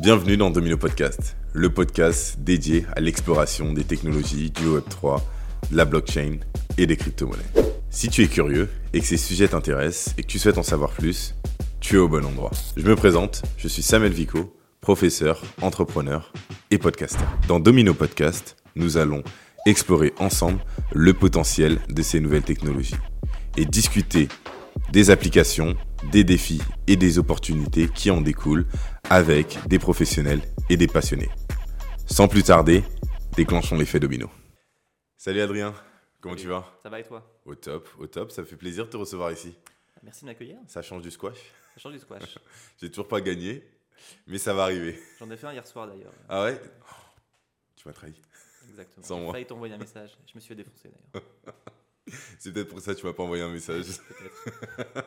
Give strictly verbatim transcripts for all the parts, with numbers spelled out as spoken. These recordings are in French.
Bienvenue dans Domino Podcast, le podcast dédié à l'exploration des technologies du web trois, de la blockchain et des crypto-monnaies. Si tu es curieux et que ces sujets t'intéressent et que tu souhaites en savoir plus, tu es au bon endroit. Je me présente, je suis Samuel Vico, professeur, entrepreneur et podcasteur. Dans Domino Podcast, nous allons explorer ensemble le potentiel de ces nouvelles technologies et discuter des applications, des défis et des opportunités qui en découlent avec des professionnels et des passionnés. Sans plus tarder, déclenchons l'effet domino. Salut Adrien, comment Salut. tu vas ? Ça va et toi ? Au top, au top, ça me fait plaisir de te recevoir ici. Merci de m'accueillir. Ça change du squash. Ça change du squash. J'ai toujours pas gagné, mais ça va arriver. J'en ai fait un hier soir d'ailleurs. Ah ouais ? Oh, tu m'as trahi. Exactement. Sans J'ai moi. failli t'envoyer un message. Je me suis fait défoncer d'ailleurs. C'est peut-être pour ça que tu m'as pas envoyé un message. Peut-être.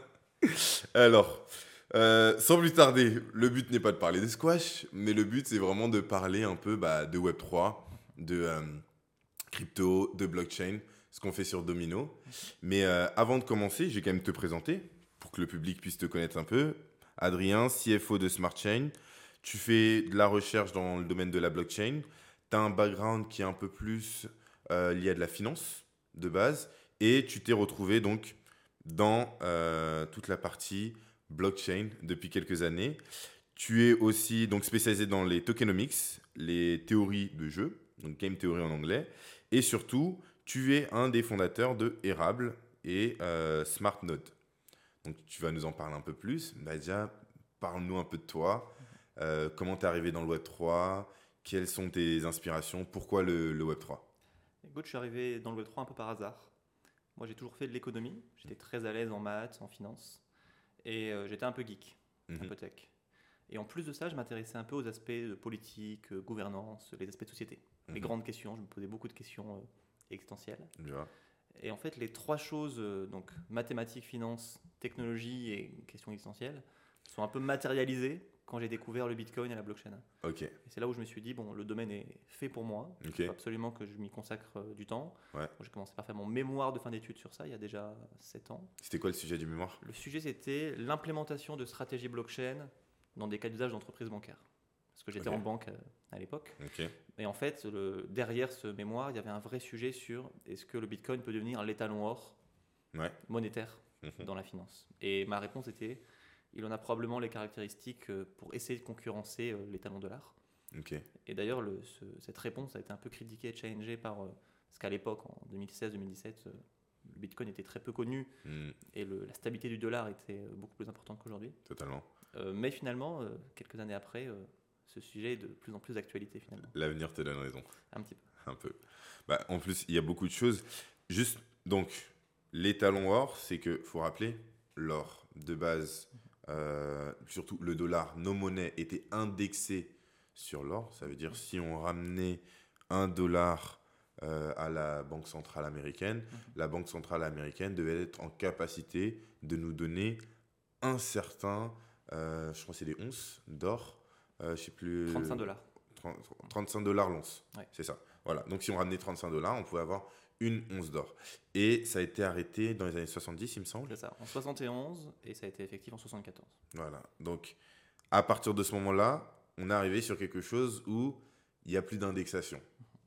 Alors, euh, sans plus tarder, le but n'est pas de parler des squash, mais le but c'est vraiment de parler un peu bah, de web trois, de euh, crypto, de blockchain, ce qu'on fait sur Domino. Mais euh, avant de commencer, je vais quand même te présenter pour que le public puisse te connaître un peu. Adrien, C F O de SmartChain, tu fais de la recherche dans le domaine de la blockchain. Tu as un background qui est un peu plus euh, lié à de la finance de base et tu t'es retrouvé donc dans euh, toute la partie blockchain depuis quelques années. Tu es aussi donc spécialisé dans les tokenomics, les théories de jeu, donc game theory en anglais, et surtout, tu es un des fondateurs de Erable et euh, SmartNode. Donc tu vas nous en parler un peu plus. Bah, déjà, parle-nous un peu de toi. Euh, comment tu es arrivé dans le web trois ? Quelles sont tes inspirations ? Pourquoi le, le web trois ? Écoute, je suis arrivé dans le web trois un peu par hasard. Moi, j'ai toujours fait de l'économie. J'étais très à l'aise en maths, en finance. Et euh, j'étais un peu geek, Mhm. un peu tech. Et en plus de ça, je m'intéressais un peu aux aspects de politique, euh, gouvernance, les aspects de société. Les Mhm. grandes questions. Je me posais beaucoup de questions euh, existentielles. Je vois. Et en fait, les trois choses, euh, donc mathématiques, finance, technologie et questions existentielles, sont un peu matérialisées quand j'ai découvert le Bitcoin et la blockchain. Ok. Et c'est là où je me suis dit, bon, le domaine est fait pour moi. Ok. Il faut absolument que je m'y consacre euh, du temps. Ouais. Moi, j'ai commencé par faire mon mémoire de fin d'études sur ça il y a déjà sept ans. C'était quoi le sujet du mémoire ? Le sujet, c'était l'implémentation de stratégies blockchain dans des cas d'usage d'entreprises bancaires. Parce que j'étais Ok. en banque euh, à l'époque. Ok. Et en fait, le, derrière ce mémoire, il y avait un vrai sujet sur est-ce que le Bitcoin peut devenir l'étalon or Ouais. monétaire Mhm. dans la finance. Et ma réponse était, il en a probablement les caractéristiques euh, pour essayer de concurrencer euh, l'étalon dollar. Ok. Et d'ailleurs, le- ce- cette réponse a été un peu critiquée et challengée par, euh, parce qu'à l'époque, en deux mille seize deux mille dix-sept, euh, le Bitcoin était très peu connu Hmm, et le- la stabilité du dollar était euh, beaucoup plus importante qu'aujourd'hui. totalement. Euh, mais finalement, euh, quelques années après, euh, ce sujet est de plus en plus d'actualité finalement. L'avenir te donne raison. Un petit peu. Un peu. Bah, en plus, il y a beaucoup de choses. Juste, donc, l'étalon or, c'est que, faut rappeler, l'or de base, euh, surtout le dollar, nos monnaies étaient indexées sur l'or. Ça veut dire si on ramenait un dollar euh, à la Banque centrale américaine, la Banque centrale américaine devait être en capacité de nous donner un certain, euh, je crois que c'est des onces d'or, euh, je sais plus. trente-cinq dollars. trente trente-cinq dollars l'once. Ouais. C'est ça. Voilà. Donc, si on ramenait trente-cinq dollars, on pouvait avoir une once d'or. Et ça a été arrêté dans les années soixante-dix, il me semble. C'est ça, en soixante et onze et ça a été effectif en soixante-quatorze. Voilà. Donc, à partir de ce moment-là, on est arrivé sur quelque chose où il n'y a plus d'indexation.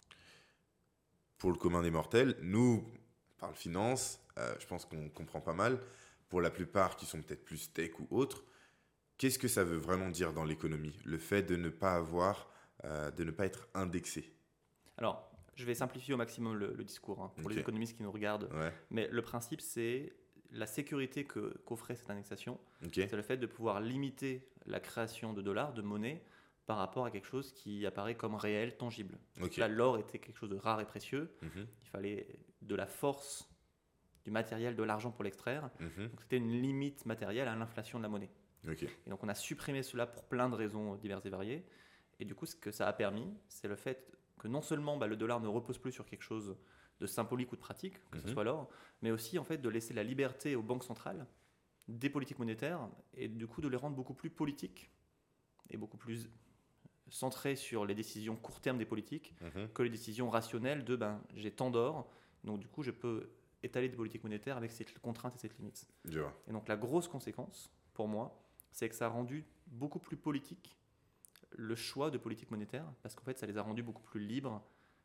Pour le commun des mortels, nous, on parle finance, euh, je pense qu'on comprend pas mal. Pour la plupart qui sont peut-être plus tech ou autres, qu'est-ce que ça veut vraiment dire dans l'économie ? Le fait de ne pas avoir, euh, de ne pas être indexé. Alors, je vais simplifier au maximum le, le discours hein, pour Ok. les économistes qui nous regardent. Ouais. Mais le principe, c'est la sécurité que, qu'offrait cette indexation. Ok. C'est le fait de pouvoir limiter la création de dollars, de monnaie, par rapport à quelque chose qui apparaît comme réel, tangible. Ok. Là, l'or était quelque chose de rare et précieux. Mhm. Il fallait de la force, du matériel, de l'argent pour l'extraire. Mhm. Donc, c'était une limite matérielle à l'inflation de la monnaie. Ok. Et donc, on a supprimé cela pour plein de raisons diverses et variées. Et du coup, ce que ça a permis, c'est le fait que non seulement bah, le dollar ne repose plus sur quelque chose de symbolique ou de pratique, que ce Mhm. soit l'or, mais aussi en fait de laisser la liberté aux banques centrales des politiques monétaires et du coup de les rendre beaucoup plus politiques et beaucoup plus centrées sur les décisions court terme des politiques Mhm. que les décisions rationnelles de ben j'ai tant d'or, donc du coup je peux étaler des politiques monétaires avec cette contrainte et cette limite. Je vois. Et donc la grosse conséquence pour moi, c'est que ça a rendu beaucoup plus politique le choix de politique monétaire, parce qu'en fait, ça les a rendus beaucoup plus libres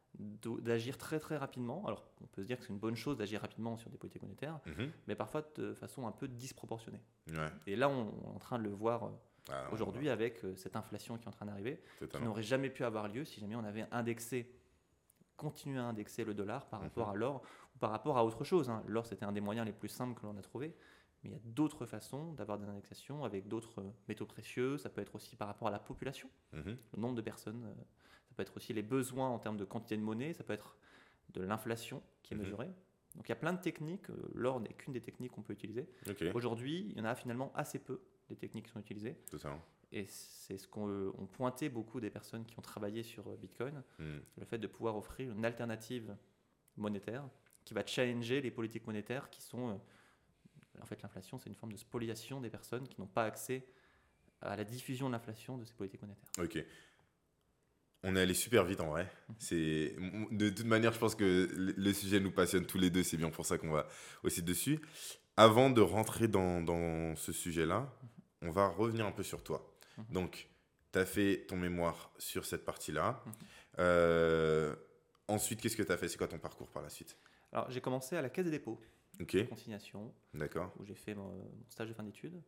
d'agir très très rapidement. Alors, on peut se dire que c'est une bonne chose d'agir rapidement sur des politiques monétaires, Mhm. mais parfois de façon un peu disproportionnée. Ouais. Et là, on, on est en train de le voir euh, Ah, on aujourd'hui va- avec euh, cette inflation qui est en train d'arriver, qui Totalement. n'aurait jamais pu avoir lieu si jamais on avait indexé, continué à indexer le dollar par rapport Mhm. à l'or ou par rapport à autre chose, hein. L'or, c'était un des moyens les plus simples que l'on a trouvé, mais il y a d'autres façons d'avoir des indexations avec d'autres euh, métaux précieux. Ça peut être aussi par rapport à la population, Mhm. le nombre de personnes. euh, Ça peut être aussi les besoins en termes de quantité de monnaie. Ça peut être de l'inflation qui est Mhm. mesurée. Donc il y a plein de techniques. euh, L'or n'est qu'une des techniques qu'on peut utiliser. Ok, Aujourd'hui, il y en a finalement assez peu des techniques qui sont utilisées. totalement. Et c'est ce qu'ont euh, ont pointé beaucoup des personnes qui ont travaillé sur euh, Bitcoin, Mhm. le fait de pouvoir offrir une alternative monétaire qui va challenger les politiques monétaires qui sont... euh, en fait, l'inflation, c'est une forme de spoliation des personnes qui n'ont pas accès à la diffusion de l'inflation de ces politiques monétaires. Ok. On est allé super vite en vrai. C'est de toute manière, je pense que le le sujet nous passionne tous les deux. C'est bien pour ça qu'on va aussi dessus. Avant de rentrer dans, dans ce sujet-là, on va revenir un peu sur toi. Mhm. Donc, tu as fait ton mémoire sur cette partie-là. Mhm. Euh, ensuite, qu'est-ce que tu as fait? C'est quoi ton parcours par la suite? Alors, j'ai commencé à la Caisse des dépôts, Ok, consignation, d'accord. où j'ai fait mon, mon stage de fin d'études.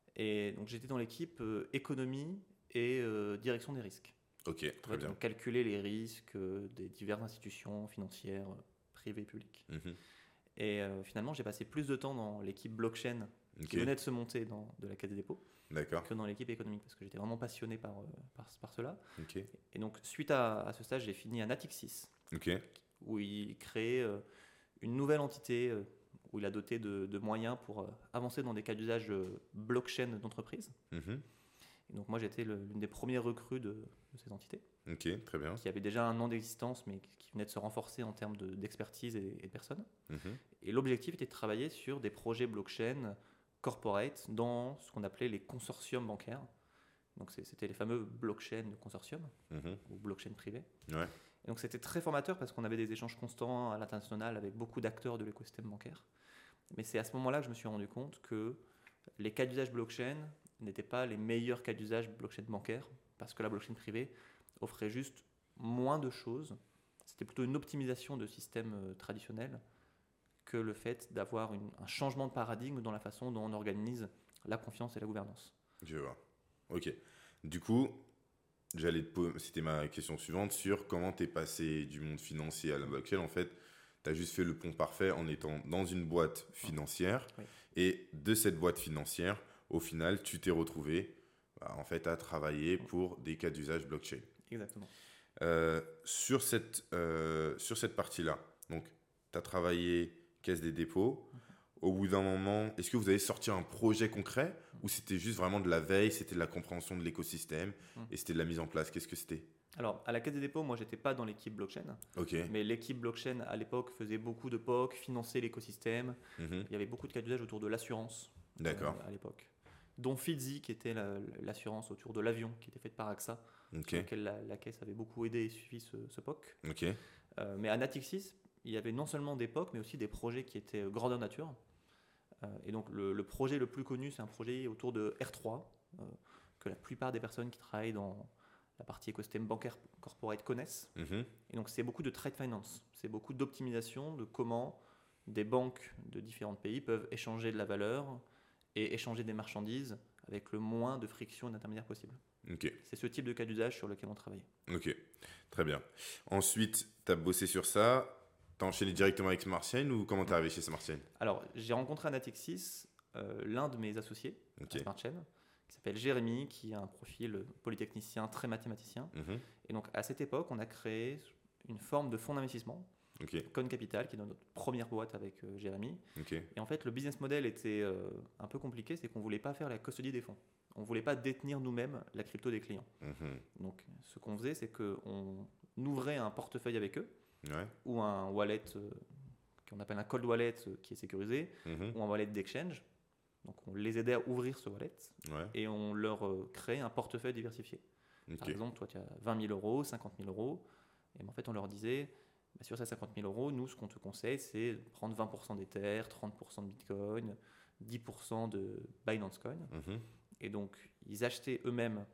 Et donc, j'étais dans l'équipe euh, économie et euh, direction des risques. Ok, En très fait, bien. on calculait les risques euh, des diverses institutions financières, euh, privées et publiques. Mhm. Et euh, finalement, j'ai passé plus de temps dans l'équipe blockchain Ok, qui venait de se monter dans, de la Caisse des dépôts d'accord. que dans l'équipe économique, parce que j'étais vraiment passionné par, euh, par, par cela. Ok, Et donc, suite à, à ce stage, j'ai fini à Natixis, ok, où il créait euh, une nouvelle entité, euh, où il a doté de, de moyens pour euh, avancer dans des cas d'usage euh, blockchain d'entreprise. Mhm. Et donc, moi, j'étais le- l'une des premières recrues de, de ces entités, ok, très bien. qui avait déjà un an d'existence, mais qui qui venait de se renforcer en termes de- d'expertise et, et de personnes. Mhm. Et l'objectif était de travailler sur des projets blockchain corporate dans ce qu'on appelait les consortiums bancaires. Donc, c'est- c'était les fameux blockchain de consortium Mhm. ou blockchain privé. Ouais, Et donc c'était très formateur parce qu'on avait des échanges constants à l'international avec beaucoup d'acteurs de l'écosystème bancaire. Mais c'est à ce moment-là que je me suis rendu compte que les cas d'usage blockchain n'étaient pas les meilleurs cas d'usage blockchain bancaire, parce que la blockchain privée offrait juste moins de choses. C'était plutôt une optimisation de systèmes euh, traditionnels que le fait d'avoir une- un changement de paradigme dans la façon dont on organise la confiance et la gouvernance. je vois. Ok. Du coup, j'allais te po- c'était ma question suivante sur comment tu es passé du monde financier à la blockchain. En fait, tu as juste fait le pont parfait en étant dans une boîte financière. Oui. Et de cette boîte financière, au final, tu t'es retrouvé bah, en fait, à travailler pour des cas d'usage blockchain. Exactement. Euh, sur cette, euh, sur cette partie-là, donc tu as travaillé Caisse des dépôts. Au bout d'un moment, est-ce que vous avez sorti un projet concret ou c'était juste vraiment de la veille, c'était de la compréhension de l'écosystème Mm. et c'était de la mise en place? Qu'est-ce que c'était? Alors, à la Caisse des dépôts, moi, j'étais pas dans l'équipe blockchain. Ok. Mais l'équipe blockchain à l'époque faisait beaucoup de P O C, finançait l'écosystème. Mhm. Il y avait beaucoup de cas d'usage autour de l'assurance euh, D'accord. à l'époque. Dont Fidzi, qui était la- l'assurance autour de l'avion, qui était faite par AXA, Ok. sur lequel la, la caisse avait beaucoup aidé et suivi ce, ce P O C. Ok. Euh, mais à Natixis, il y avait non seulement des P O C, mais aussi des projets qui étaient euh, grandeur nature. Euh, et donc le, le projet le plus connu, c'est un projet autour de R trois, euh, que la plupart des personnes qui travaillent dans la partie écosystème bancaire corporate connaissent. Mhm. Et donc, c'est beaucoup de trade finance. C'est beaucoup d'optimisation de comment des banques de différents pays peuvent échanger de la valeur et échanger des marchandises avec le moins de friction d'intermédiaire possible. Ok. C'est ce type de cas d'usage sur lequel on travaille. Ok. Très bien. Ensuite, tu as bossé sur ça. Tu as enchaîné directement avec Smart Chain ou comment tu es arrivé chez Smart Chain? Alors, j'ai rencontré à Natixis euh, l'un de mes associés Ok. à Smart Chain, qui s'appelle Jérémy, qui a un profil polytechnicien très mathématicien. Mhm. Et donc, à cette époque, on a créé une forme de fonds d'investissement, Ok. Con Capital, qui est dans notre première boîte avec euh, Jérémy. Ok. Et en fait, le business model était euh, un peu compliqué, c'est qu'on ne voulait pas faire la custody des fonds. On ne voulait pas détenir nous-mêmes la crypto des clients. Mhm. Donc, ce qu'on faisait, c'est qu'on ouvrait un portefeuille avec eux, Ouais. ou un wallet euh, qu'on appelle un cold wallet euh, qui est sécurisé, Mhm. ou un wallet d'exchange. Donc, on les aidait à ouvrir ce wallet Ouais. et on leur euh, créait un portefeuille diversifié. Par Ok. exemple, toi, tu as vingt mille euros, cinquante mille euros. Et en fait, on leur disait, bah, sur ces cinquante mille euros, nous, ce qu'on te conseille, c'est de prendre vingt pour cent d'Ether, trente pour cent de Bitcoin, dix pour cent de Binance Coin. Mhm. Et donc, ils achetaient eux-mêmes cette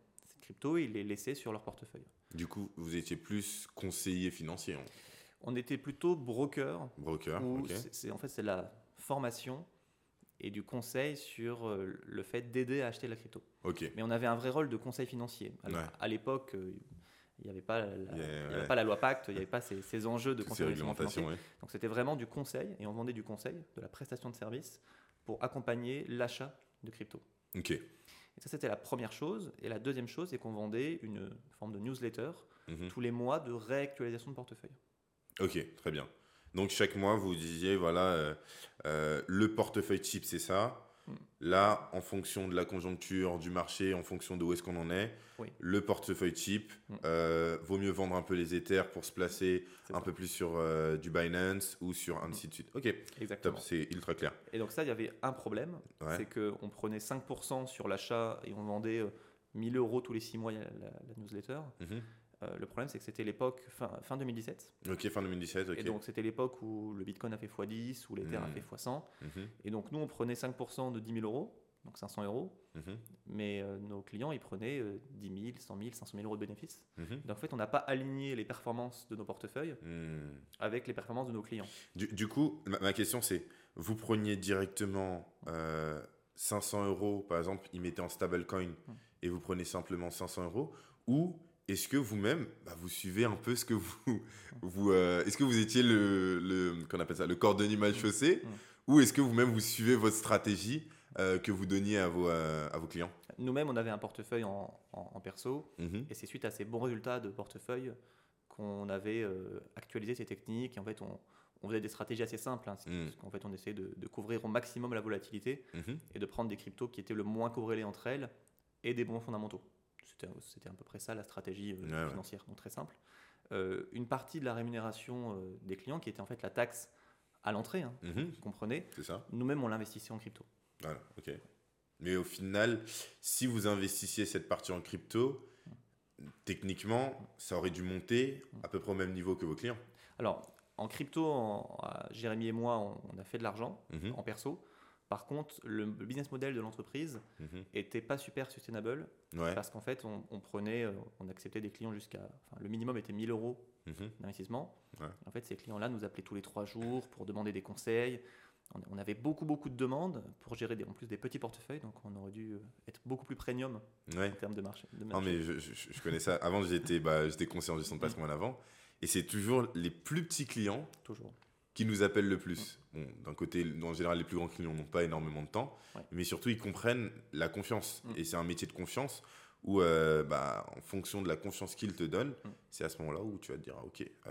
crypto, ils les laissaient sur leur portefeuille. Du coup, vous étiez plus conseiller financier. Hein. On était plutôt broker. Broker, où ok. c'est, c'est- en fait, c'est la formation et du conseil sur euh, le fait d'aider à acheter la crypto. Ok. Mais on avait un vrai rôle de conseil financier. Alors, Ouais. À l'époque, euh, il n'y avait, pas la- Yeah, il y avait ouais. pas la loi Pacte, il n'y avait pas ces, ces enjeux de Toutes ces conseil financier. réglementations, ouais. Donc c'était vraiment du conseil, et on vendait du conseil, de la prestation de service, pour accompagner l'achat de crypto. Ok. Et ça, c'était la première chose. Et la deuxième chose, c'est qu'on vendait une forme de newsletter Mhm. tous les mois de réactualisation de portefeuille. Ok, très bien. Donc chaque mois, vous disiez, voilà, euh, euh, le portefeuille type, c'est ça. Mm. Là, en fonction de la conjoncture du marché, en fonction de où est-ce qu'on en est, Oui. le portefeuille type, Mm. euh, vaut mieux vendre un peu les Ethers pour se placer C'est un ça. peu plus sur euh, du Binance ou sur ainsi de suite. Ok, Exactement. top, c'est ultra clair. Et donc ça, il y avait un problème, Ouais. c'est qu'on prenait cinq pour cent sur l'achat et on vendait euh, mille euros tous les six mois la, la- la newsletter. Mhm. Euh, le problème, c'est que c'était l'époque fin, fin deux mille dix-sept. Ok, fin deux mille dix-sept, ok. Et donc c'était l'époque où le Bitcoin a fait fois dix, où l'Ether a Mm. fait fois cent. Mhm, Et donc nous, on prenait cinq pour cent de dix mille euros, donc cinq cents euros. mhm, Mais euh, nos clients, ils prenaient euh, dix mille, cent mille, cinq cent mille euros de bénéfices. mhm. Donc en fait, on n'a pas aligné les performances de nos portefeuilles Hmm. avec les performances de nos clients. Du, du coup, ma, ma question c'est, vous preniez directement euh, cinq cents euros, par exemple, ils mettaient en stablecoin et vous prenez simplement cinq cents euros, ou est-ce que vous-même, bah, vous suivez un peu ce que vous... vous euh, est-ce que vous étiez le, le, qu'on appelle ça, le cordonnier mal chaussé, Mm. ou est-ce que vous-même vous suivez votre stratégie euh, que vous donniez à vos, euh, à vos clients? Nous-mêmes, on avait un portefeuille en, en- en perso, Mhm. et c'est suite à ces bons résultats de portefeuille qu'on avait euh, actualisé ces techniques. Et en fait, on, on faisait des stratégies assez simples, hein, Mm. parce qu'en fait, on essayait de, de couvrir au maximum la volatilité Mhm. et de prendre des cryptos qui étaient le moins corrélés entre elles et des bons fondamentaux. C'était, c'était à peu près ça la stratégie euh, Ouais, ouais. financière, donc très simple. Euh, une partie de la rémunération euh, des clients, qui était en fait la taxe à l'entrée, hein, Mhm. qu'on prenait, C'est ça. nous-mêmes, on l'investissait en crypto. Voilà, ok. Mais au final, si vous investissiez cette partie en crypto, techniquement, ça aurait dû monter à peu près au même niveau que vos clients. Alors, en crypto, en- à- Jérémy et moi, on, on a fait de l'argent Mhm. en perso. Par contre, le, le business model de l'entreprise Mhm. était pas super sustainable Ouais. parce qu'en fait, on, on prenait, euh, on acceptait des clients jusqu'à, enfin, le minimum était mille euros Mhm. d'investissement. Ouais. En fait, ces clients-là nous appelaient tous les trois jours pour demander des conseils. On, on avait beaucoup, beaucoup de demandes pour gérer des, en plus des petits portefeuilles, donc on aurait dû euh, être beaucoup plus premium Ouais. en termes de marché. de Non, marché. mais je, je- je connais ça. Avant, j'étais bah, j'étais conseiller en gestion de patrimoine avant. Et c'est toujours les plus petits clients Toujours. qui nous appellent le plus. Bon, d'un côté, en général, les plus grands clients n'ont pas énormément de temps. Ouais. Mais surtout, ils comprennent la confiance. Mm. Et c'est un métier de confiance où, euh, bah, en fonction de la confiance qu'ils te donnent, Mm. c'est à ce moment-là où tu vas te dire, ah, OK, euh,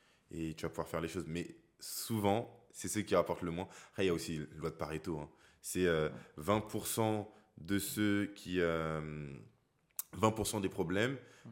et tu vas pouvoir faire les choses. Mais souvent, c'est ceux qui rapportent le moins. Après, il y a aussi la loi de Pareto. Hein. C'est euh, vingt pour cent de ceux qui... euh, vingt pour cent des problèmes...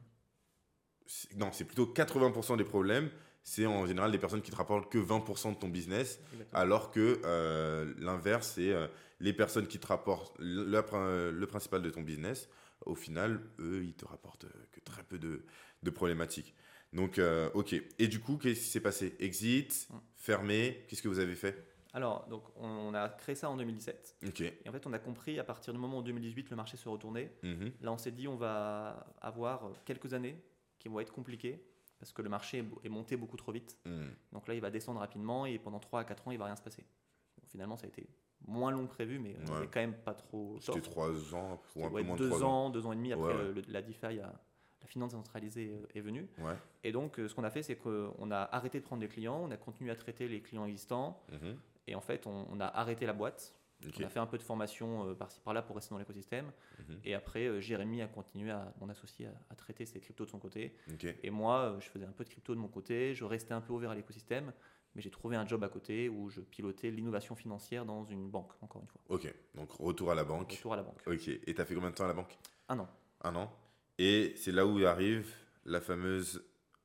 c'est- Non, c'est plutôt quatre-vingts pour cent des problèmes. C'est en général des personnes qui te rapportent que vingt pour cent de ton business. Exactement. Alors que euh, l'inverse, c'est euh, les personnes qui te rapportent le, le- le principal de ton business. Au final, eux, ils te rapportent euh, que très peu de, de problématiques. Donc, euh, ok. Et du coup, qu'est-ce qui s'est passé? Exit, Mm. fermé, qu'est-ce que vous avez fait? Alors, donc, on a créé ça en deux mille dix-sept. Ok. Et en fait, on a compris à partir du moment où en deux mille dix-huit, le marché se retournait. Mhm. Là, on s'est dit, on va avoir quelques années qui vont être compliquées parce que le marché est monté beaucoup trop vite. Mm. Donc là, il va descendre rapidement et pendant trois à quatre ans, il va rien se passer. Bon, finalement, ça a été moins long que prévu, mais on Ouais. n'avait quand même pas trop tort. C'était trois ans, ou un Ouais, peu moins de deux trois ans. ans, deux ans et demi après Ouais, ouais. le- la DeFi, a- la finance décentralisée euh, est venue. Ouais. Et donc, euh, ce qu'on a fait, c'est qu'on a arrêté de prendre des clients, on a continué à traiter les clients existants. Mhm. Et en fait, on, on a arrêté la boîte. Ok. On a fait un peu de formation euh, par-ci par-là pour rester dans l'écosystème. Mhm. Et après, euh, Jérémy a continué, à, mon associé, à, à traiter ses cryptos de son côté. Ok. Et moi, euh, je faisais un peu de crypto de mon côté. Je restais un peu ouvert à l'écosystème. Mais j'ai trouvé un job à côté où je pilotais l'innovation financière dans une banque, encore une fois. Ok. Donc, retour à la banque. Retour à la banque. Ok. Et t'as fait combien de temps à la banque? Un an. Un an. Et c'est là où arrive la fameuse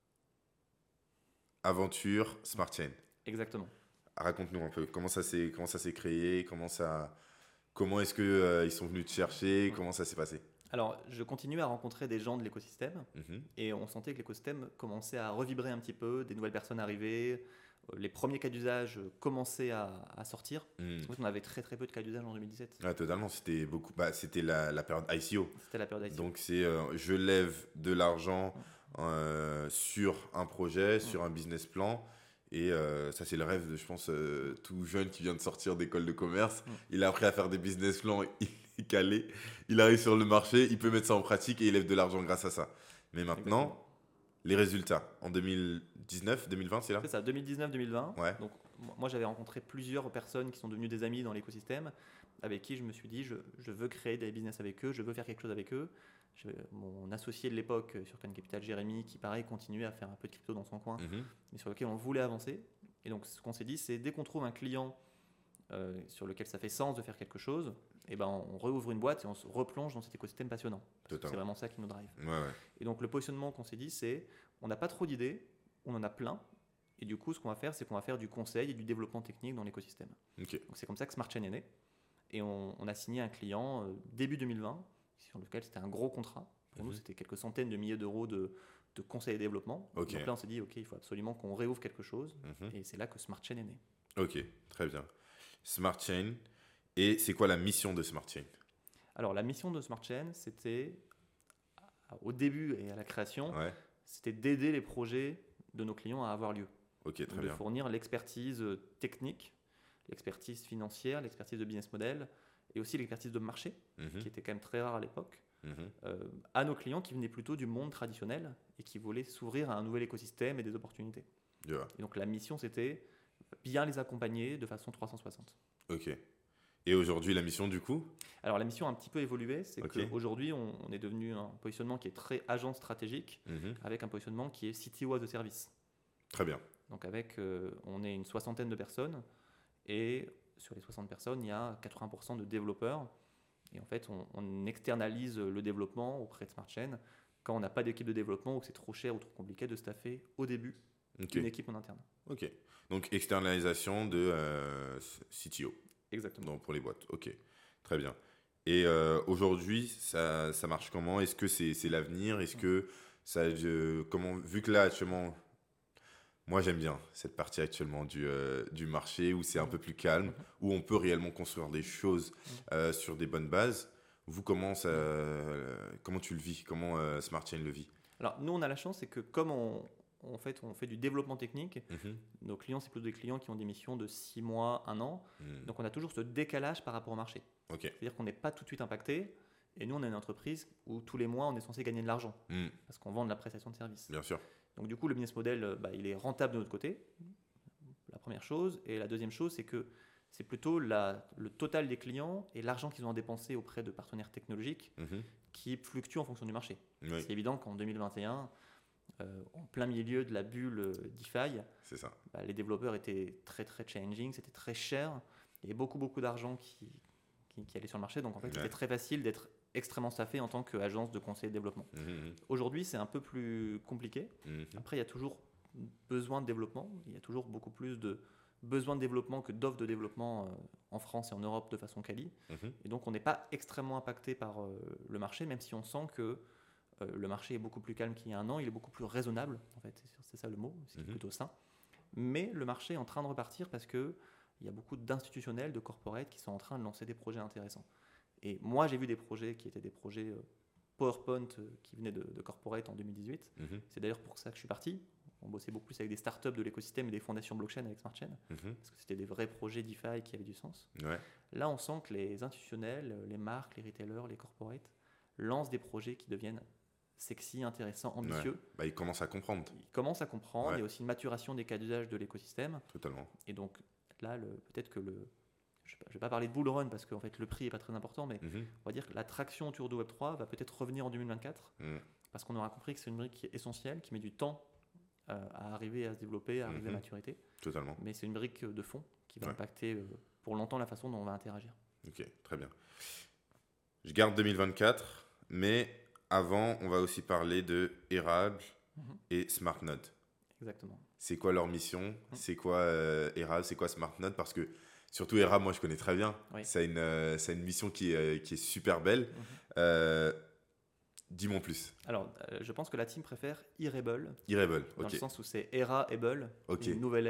aventure Smart Chain. Exactement. Raconte-nous un peu comment ça s'est comment ça s'est créé, comment ça comment est-ce que euh, ils sont venus te chercher, comment ça s'est passé. Alors, je continuais à rencontrer des gens de l'écosystème. Mhm. Et on sentait que l'écosystème commençait à revibrer un petit peu, des nouvelles personnes arrivaient. euh, les premiers cas d'usage commençaient à, à sortir. Mm. En fait, on avait très très peu de cas d'usage en deux mille dix-sept. Ouais, totalement. C'était beaucoup. Bah, c'était la, la période I C O. C'était la période I C O. Donc c'est euh, je lève de l'argent euh, sur un projet, sur un business plan. Et euh, ça, c'est le rêve de, je pense, euh, tout jeune qui vient de sortir d'école de commerce. Mm. Il a appris à faire des business plans, il est calé. Il arrive sur le marché, il peut mettre ça en pratique et il lève de l'argent grâce à ça. Mais maintenant, Exactement. les résultats. En deux mille dix-neuf, deux mille vingt, c'est là C'est ça, deux mille dix-neuf deux mille vingt. Ouais. Donc, moi, j'avais rencontré plusieurs personnes qui sont devenues des amis dans l'écosystème, avec qui je me suis dit, je, je veux créer des business avec eux, je veux faire quelque chose avec eux. Je, mon associé de l'époque sur Coin Capital, Jérémy, qui pareil continuait à faire un peu de crypto dans son coin, Mhm. mais sur lequel on voulait avancer. Et donc, ce qu'on s'est dit, c'est dès qu'on trouve un client euh, sur lequel ça fait sens de faire quelque chose, et ben, on rouvre une boîte et on se replonge dans cet écosystème passionnant. Parce que c'est vraiment ça qui nous drive. Ouais, ouais. Et donc, le positionnement qu'on s'est dit, c'est on n'a pas trop d'idées, on en a plein. Et du coup, ce qu'on va faire, c'est qu'on va faire du conseil et du développement technique dans l'écosystème. Ok. Donc, c'est comme ça que Smart Chain est né. Et on, on a signé un client euh, début deux mille vingt, sur lequel c'était un gros contrat. Pour Mhm. nous, c'était quelques centaines de milliers d'euros de, de conseil et développement. Ok. Donc là, on s'est dit, OK, il faut absolument qu'on réouvre quelque chose. Mhm. Et c'est là que Smart Chain est né. Ok, très bien. Smart Chain. Et c'est quoi la mission de Smart Chain? Alors, la mission de Smart Chain, c'était, au début et à la création, Ouais. c'était d'aider les projets de nos clients à avoir lieu. Ok, très Donc, de bien. fournir l'expertise technique, l'expertise financière, l'expertise de business model et aussi l'expertise de marché, Mhm. qui était quand même très rare à l'époque, Mhm. euh, à nos clients qui venaient plutôt du monde traditionnel et qui voulaient s'ouvrir à un nouvel écosystème et des opportunités. Je vois. Et donc la mission, c'était bien les accompagner de façon trois cent soixante. Ok. Et aujourd'hui, la mission, du coup? Alors la mission a un petit peu évolué, c'est Ok. qu'aujourd'hui, on, on est devenu un positionnement qui est très agent stratégique, Mhm. avec un positionnement qui est C T O as a service. Très bien. Donc avec, euh, on est une soixantaine de personnes et sur les soixante personnes, il y a quatre-vingts pour cent de développeurs. Et en fait, on, on externalise le développement auprès de Smart Chain quand on n'a pas d'équipe de développement ou que c'est trop cher ou trop compliqué de staffer au début Ok. une équipe en interne. Ok. Donc, externalisation de euh, C T O Exactement. donc, pour les boîtes. Ok. Très bien. Et euh, aujourd'hui, ça, ça marche comment? Est-ce que c'est c'est l'avenir? Est-ce que ça. je- comment, vu que là, actuellement. Moi, j'aime bien cette partie actuellement du, euh, du marché où c'est un peu plus calme, où on peut réellement construire des choses euh, sur des bonnes bases. Vous, comment, ça, euh, comment tu le vis? Comment euh, Smart Chain le vit? Alors nous, on a la chance, c'est que comme on, en fait, on fait du développement technique, Mhm. nos clients, c'est plutôt des clients qui ont des missions de six mois, un an. Mhm. Donc on a toujours ce décalage par rapport au marché. Ok. C'est-à-dire qu'on n'est pas tout de suite impacté. Et nous, on est une entreprise où tous les mois, on est censé gagner de l'argent Mhm. parce qu'on vend de la prestation de service. Bien sûr. Donc du coup, le business model, euh, bah, il est rentable de notre côté, la première chose. Et la deuxième chose, c'est que c'est plutôt la, le total des clients et l'argent qu'ils ont à dépenser auprès de partenaires technologiques Mhm. qui fluctue en fonction du marché. Oui, C'est évident qu'en deux mille vingt et un, euh, en plein milieu de la bulle euh, DeFi, c'est ça. bah, les développeurs étaient très très challenging, c'était très cher. Il y avait beaucoup beaucoup d'argent qui, qui, qui allait sur le marché. Donc en fait, Ouais. c'était très facile d'être extrêmement staffé en tant qu'agence de conseil et développement. Mhm. Aujourd'hui, c'est un peu plus compliqué. Mhm. Après, il y a toujours besoin de développement. Il y a toujours beaucoup plus de besoin de développement que d'offres de développement euh, en France et en Europe de façon quali. Mhm. Et donc, on n'est pas extrêmement impacté par euh, le marché, même si on sent que euh, le marché est beaucoup plus calme qu'il y a un an. Il est beaucoup plus raisonnable, en fait. C'est- C'est ça le mot, ce qui est Mhm. plutôt sain. Mais le marché est en train de repartir parce qu'il y a beaucoup d'institutionnels, de corporates qui sont en train de lancer des projets intéressants. Et moi, j'ai vu des projets qui étaient des projets euh, PowerPoint euh, qui venaient de, de corporate en deux mille dix-huit. Mhm. C'est d'ailleurs pour ça que je suis parti. On bossait beaucoup plus avec des startups de l'écosystème et des fondations blockchain avec Smart Chain, Mhm. parce que c'était des vrais projets DeFi qui avaient du sens. Ouais. Là, on sent que les institutionnels, les marques, les retailers, les corporates lancent des projets qui deviennent sexy, intéressants, ambitieux. Ouais. Bah, ils commencent à comprendre Ils commencent à comprendre. Ouais. Il y a aussi une maturation des cas d'usage de l'écosystème. totalement. Et donc là, le- peut-être que le... Je ne vais pas parler de bull run parce qu'en fait, le prix n'est pas très important, mais Mhm. on va dire que la traction autour de Web trois va peut-être revenir en deux mille vingt-quatre Mhm. parce qu'on aura compris que c'est une brique qui est essentielle, qui met du temps euh, à arriver à se développer, à arriver à Mhm. maturité. Totalement. Mais c'est une brique de fond qui va Ouais. impacter euh, pour longtemps la façon dont on va interagir. Ok, très bien. Je garde deux mille vingt-quatre, mais avant, on va aussi parler de Erable Mhm. et SmartNode. Exactement. C'est quoi leur mission? C'est quoi euh, Erable? C'est quoi SmartNode? Parce que surtout Erable, moi je connais très bien. Oui. Ça a une, euh, ça a une mission qui est, euh, qui est super belle. Mhm. Euh, Dis-moi en plus. Alors, euh, je pense que la team préfère Irable, Irable, dans ok. le sens où c'est Era-able, Ok. une nouvelle ère.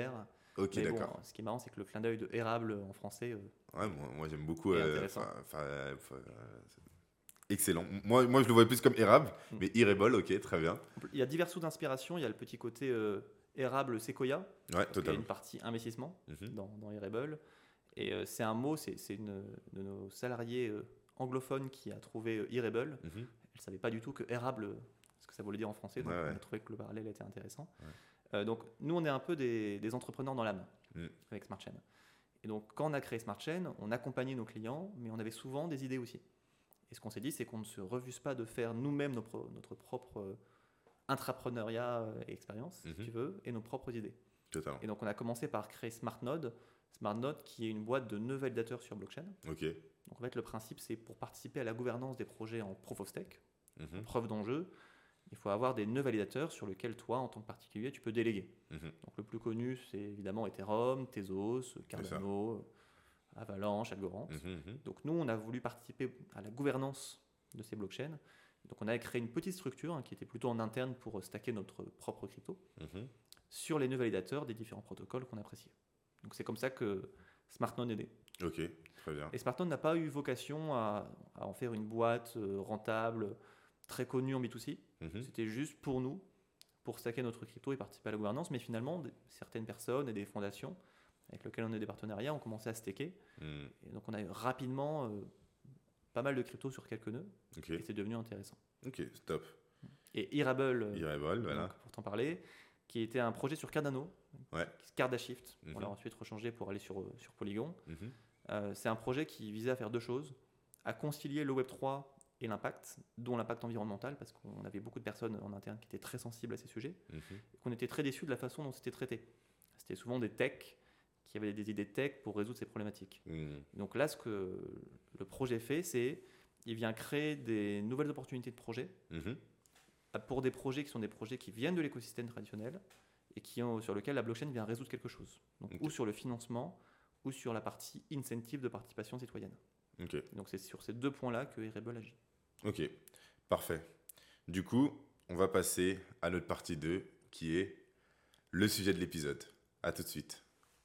Ok, Mais bon, d'accord. ce qui est marrant, c'est que le clin d'œil de érable en français, euh, Ouais, moi, moi, j'aime beaucoup. est euh, intéressant. enfin, enfin, euh, enfin, euh, c'est excellent. Moi, moi, je le vois plus comme érable, Mm. mais irébol, ok, très bien. Il y a divers sous d'inspiration. Il y a le petit côté euh, érable séquoia, Ouais, parce qu'il y a totalement. une partie investissement Mhm. dans, dans Irable. Et euh, c'est un mot, c'est c'est une de nos salariés euh, anglophones qui a trouvé euh, Irable. Mhm. Elle ne savait pas du tout que érable, euh, ce que ça voulait dire en français, donc Ouais, on ouais. a trouvé que le parallèle était intéressant. Ouais. Euh, donc nous, on est un peu des, des entrepreneurs dans l'âme Mm. avec SmartChain. Et donc quand on a créé SmartChain, on accompagnait nos clients, mais on avait souvent des idées aussi. Et ce qu'on s'est dit, c'est qu'on ne se refuse pas de faire nous-mêmes nos pro- notre propre euh, intrapreneuriat euh, et expérience, Mhm. si tu veux, et nos propres idées. Totalement. Et donc on a commencé par créer SmartNode. SmartNode qui est une boîte de nœuds validateurs sur blockchain. Ok. Donc en fait, le principe, c'est pour participer à la gouvernance des projets en proof of stake, Mhm. preuve d'enjeu, il faut avoir des nœuds validateurs sur lesquels toi, en tant que particulier, tu peux déléguer. Mhm. Donc le plus connu, c'est évidemment Ethereum, Tezos, Cardano, Avalanche, Algorand. Mhm. Mhm. Donc nous, on a voulu participer à la gouvernance de ces blockchains. Donc on a créé une petite structure hein, qui était plutôt en interne pour stacker notre propre crypto Mhm. sur les nœuds validateurs des différents protocoles qu'on appréciait. Donc c'est comme ça que SmartNode est né. Ok, très bien. Et SmartNode n'a pas eu vocation à, à en faire une boîte euh, rentable, très connue en B deux C. Mhm. C'était juste pour nous, pour stacker notre crypto et participer à la gouvernance. Mais finalement, des- certaines personnes et des fondations avec lesquelles on a des partenariats ont commencé à staker. Mm. Et donc on a eu rapidement euh, pas mal de crypto sur quelques nœuds. Ok, Et c'est devenu intéressant. ok, stop. Et Irable, euh, Irébol, voilà. donc, pour t'en parler, qui était un projet sur Cardano, Ouais. Cardashift. Mhm. On l'a ensuite rechangé pour aller sur, euh, sur Polygon. Mhm. Euh, c'est un projet qui visait à faire deux choses, à concilier le Web trois et l'impact, dont l'impact environnemental, parce qu'on avait beaucoup de personnes en interne qui étaient très sensibles à ces sujets, Mhm. et qu'on était très déçus de la façon dont c'était traité. C'était souvent des techs qui avaient des idées tech pour résoudre ces problématiques. Mm. Donc là, ce que le projet fait, c'est il vient créer des nouvelles opportunités de projets Mhm. pour des projets qui sont des projets qui viennent de l'écosystème traditionnel et qui ont, sur lequel la blockchain vient résoudre quelque chose. Donc, Ok. ou sur le financement, ou sur la partie incentive de participation citoyenne. Ok, Donc c'est sur ces deux points-là que Irable agit. ok, parfait. Du coup, on va passer à notre partie deux, qui est le sujet de l'épisode. À tout de suite.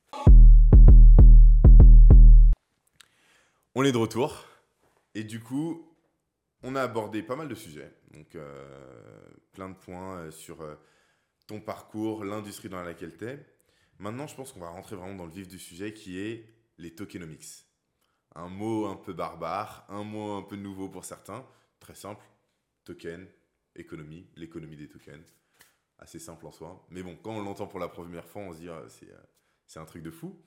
On est de retour. Et du coup, on a abordé pas mal de sujets. Donc, euh, plein de points euh, sur euh, ton parcours, l'industrie dans laquelle tu es. Maintenant, je pense qu'on va rentrer vraiment dans le vif du sujet, qui est les tokenomics. Un mot un peu barbare, un mot un peu nouveau pour certains. Très simple. Token, économie, l'économie des tokens. Assez simple en soi. Mais bon, quand on l'entend pour la première fois, on se dit euh, c'est, euh, c'est un truc de fou.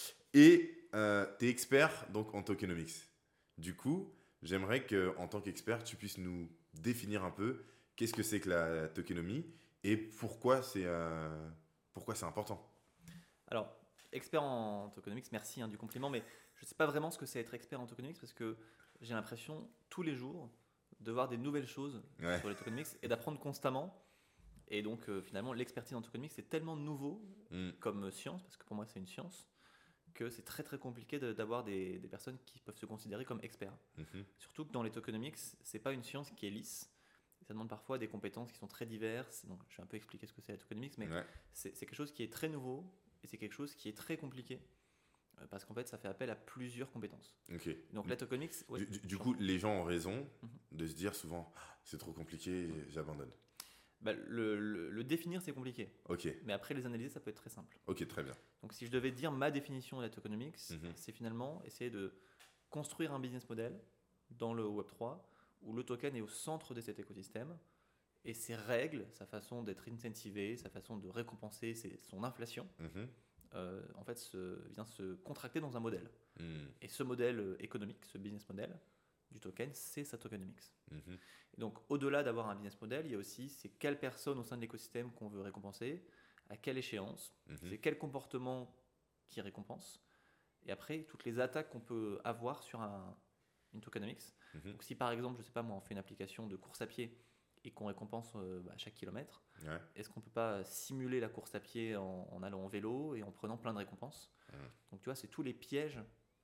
Et euh, tu es expert donc en tokenomics. Du coup, j'aimerais qu'en tant qu'expert, tu puisses nous définir un peu qu'est-ce que c'est que la tokenomie et pourquoi c'est, euh, pourquoi c'est important. Alors, expert en tokenomics, merci hein, du compliment, mais je ne sais pas vraiment ce que c'est être expert en tokenomics parce que j'ai l'impression tous les jours de voir des nouvelles choses Ouais. sur les tokenomics et d'apprendre constamment. Et donc, euh, finalement, l'expertise en tokenomics, c'est tellement nouveau Mm. comme science, parce que pour moi, c'est une science, que c'est très très compliqué de- d'avoir des, des personnes qui peuvent se considérer comme experts. Mhm. Surtout que dans les tokenomics, c'est pas une science qui est lisse. Ça demande parfois des compétences qui sont très diverses. Donc, je vais un peu expliquer ce que c'est la tokenomics, mais Ouais. c'est c'est quelque chose qui est très nouveau et c'est quelque chose qui est très compliqué euh, parce qu'en fait, ça fait appel à plusieurs compétences. Ok. Donc, la tokenomics, ouais, Du, du- du je- coup, les gens ont raison Mhm. de se dire souvent ah, c'est trop compliqué, j'abandonne. bah, le, le- le définir, c'est compliqué. Ok, Mais après, les analyser, ça peut être très simple. ok, très bien. Donc, si je devais dire ma définition de la tokenomics, Mhm. c'est finalement essayer de construire un business model dans le Web trois où le token est au centre de cet écosystème et ses règles, sa façon d'être incentivé, sa façon de récompenser ses- son inflation, Mhm. euh, en fait, se, vient se contracter dans un modèle. Mm. Et ce modèle euh, économique, ce business model du token, c'est sa tokenomics. Mhm. Et donc, au-delà d'avoir un business model, il y a aussi c'est quelles personnes au sein de l'écosystème qu'on veut récompenser, à quelle échéance, Mhm. c'est quel comportement qui récompense, et après, toutes les attaques qu'on peut avoir sur un, une tokenomics. Mhm. Donc, si par exemple, je sais pas moi, on fait une application de course à pied et qu'on récompense euh, bah, à chaque kilomètre, Ouais. est-ce qu'on peut pas simuler la course à pied en, en allant en vélo et en prenant plein de récompenses? Mhm. Donc, tu vois, c'est tous les pièges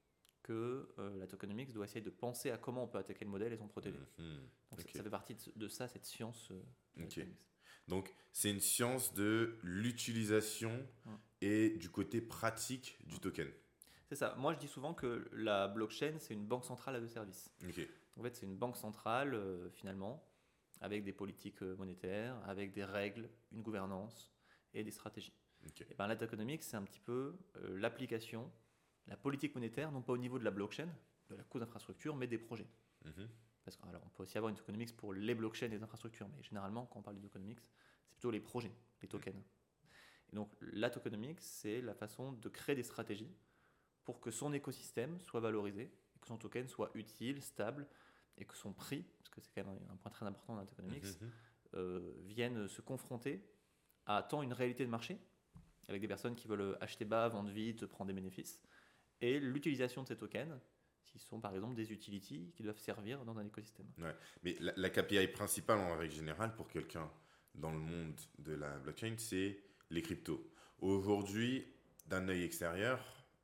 que euh, la tokenomics doit essayer de penser à comment on peut attaquer le modèle et s'en protéger. Mhm. Donc Ok. ça, ça fait partie de, de ça, cette science. euh, de la Ok. tokenomics. Donc, c'est une science de l'utilisation Mm. et du côté pratique du token. C'est ça. Moi, je dis souvent que la blockchain, c'est une banque centrale à deux services. Ok. En fait, c'est une banque centrale, euh, finalement, avec des politiques euh, monétaires, avec des règles, une gouvernance et des stratégies. Ok. Et ben, la tokenomics, c'est un petit peu euh, l'application, la politique monétaire, non pas au niveau de la blockchain, de la coût d'infrastructure, mais des projets. Mhm. Parce qu'on peut aussi avoir une tokenomics pour les blockchains et les infrastructures, mais généralement, quand on parle de tokenomics, c'est plutôt les projets, les tokens. Et donc, la tokenomics, c'est la façon de créer des stratégies pour que son écosystème soit valorisé, et que son token soit utile, stable, et que son prix, parce que c'est quand même un point très important dans la tokenomics, Mhm. euh, vienne se confronter à tant une réalité de marché, avec des personnes qui veulent acheter bas, vendre vite, prendre des bénéfices, et l'utilisation de ces tokens, qui sont par exemple des utilities qui doivent servir dans un écosystème. Ouais. Mais la, la K P I principale en règle générale pour quelqu'un dans le monde de la blockchain, c'est les cryptos. Aujourd'hui, d'un œil extérieur,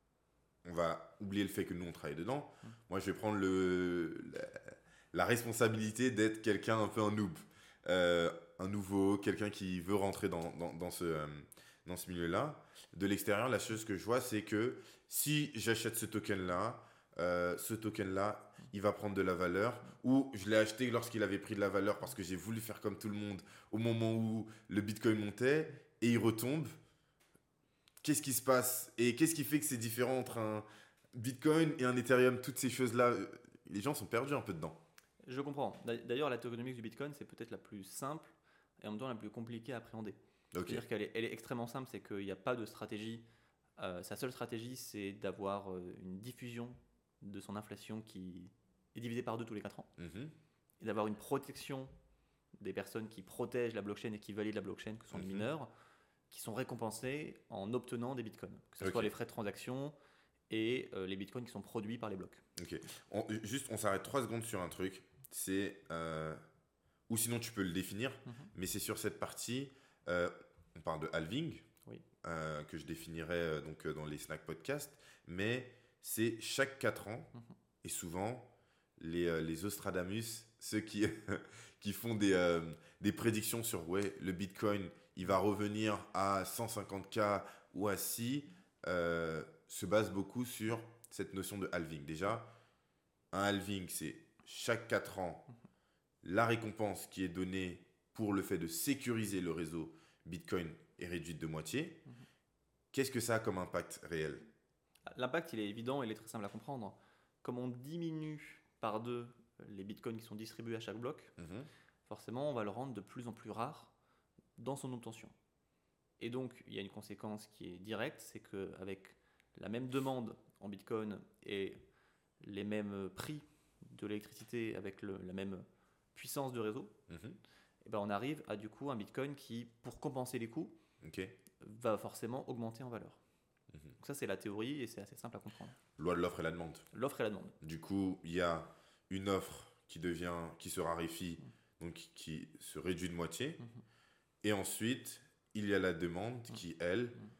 on va oublier le fait que nous, on travaille dedans. Mm. Moi, je vais prendre le, la, la responsabilité d'être quelqu'un un peu un noob, euh, un nouveau, quelqu'un qui veut rentrer dans, dans, dans ce, euh, dans ce milieu-là. De l'extérieur, la chose que je vois, c'est que si j'achète ce token-là, euh, ce token-là, il va prendre de la valeur, ou je l'ai acheté lorsqu'il avait pris de la valeur parce que j'ai voulu faire comme tout le monde au moment où le Bitcoin montait, et il retombe. Qu'est-ce qui se passe et qu'est-ce qui fait que c'est différent entre un Bitcoin et un Ethereum, toutes ces choses-là, les gens sont perdus un peu dedans. Je comprends. D'ailleurs, la tokenomics du Bitcoin, c'est peut-être la plus simple et en même temps la plus compliquée à appréhender. Ok. C'est-à-dire qu'elle est, elle est extrêmement simple, c'est qu'il n'y a pas de stratégie. Euh, sa seule stratégie, c'est d'avoir euh, une diffusion de son inflation qui est divisée par deux tous les quatre ans, Mhm. et d'avoir une protection des personnes qui protègent la blockchain et qui valident la blockchain, que sont les Mhm. mineurs, qui sont récompensés en obtenant des bitcoins, que ce Ok. soit les frais de transaction et euh, les bitcoins qui sont produits par les blocs. Ok. On- juste, on s'arrête trois secondes sur un truc. C'est. euh, ou sinon, tu peux le définir, Mhm. mais c'est sur cette partie. euh, on parle de halving, Oui. euh, que je définirais euh, donc, euh, dans les Snack Podcasts, mais c'est chaque quatre ans, Mhm. et souvent, les, euh, les Ostradamus, ceux qui, qui font des, euh, des prédictions sur ouais, le Bitcoin, il va revenir à cent cinquante K ou à si, euh, se basent beaucoup sur cette notion de halving. Déjà, un halving, c'est chaque quatre ans, la récompense qui est donnée pour le fait de sécuriser le réseau Bitcoin est réduite de moitié. Mhm. Qu'est-ce que ça a comme impact réel? L'impact, il est évident, il est très simple à comprendre. Comme on diminue par deux les bitcoins qui sont distribués à chaque bloc, Mhm. forcément, on va le rendre de plus en plus rare dans son obtention. Et donc, il y a une conséquence qui est directe, c'est qu'avec la même demande en bitcoin et les mêmes prix de l'électricité avec le- la même puissance de réseau, Mhm. eh ben on arrive à du coup un bitcoin qui, pour compenser les coûts, Ok. va forcément augmenter en valeur. Mhm. Donc ça, c'est la théorie et c'est assez simple à comprendre. Loi de l'offre et la demande. L'offre et la demande. Du coup, il y a une offre qui devient, qui se raréfie, donc qui se réduit de moitié. Mhm. Et ensuite, il y a la demande qui, elle, Mhm.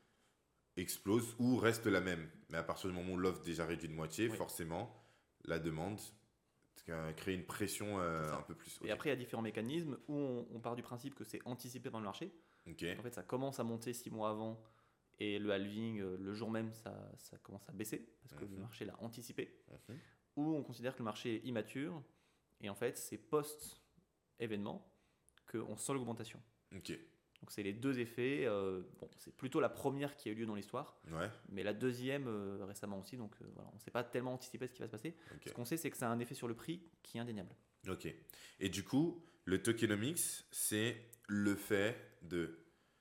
explose ou reste la même. Mais à partir du moment où l'offre déjà réduit de moitié, Oui. forcément, la demande euh, crée une pression euh, C'est ça. un peu plus. Et Ok. après, il y a différents mécanismes où on, on part du principe que c'est anticipé dans le marché. Ok. En fait, ça commence à monter six mois avant et le halving, euh, le jour même, ça, ça commence à baisser parce que le Mhm. marché l'a anticipé. Mhm. Ou on considère que le marché est immature et en fait, c'est post-événement qu'on sent l'augmentation. Ok. Donc, c'est les deux effets. euh, bon, c'est plutôt la première qui a eu lieu dans l'histoire, Ouais. mais la deuxième euh, récemment aussi. Donc, euh, voilà, on ne sait pas tellement anticiper ce qui va se passer. Ok. Ce qu'on sait, c'est que ça a un effet sur le prix qui est indéniable. Ok. Et du coup, le tokenomics, c'est le fait de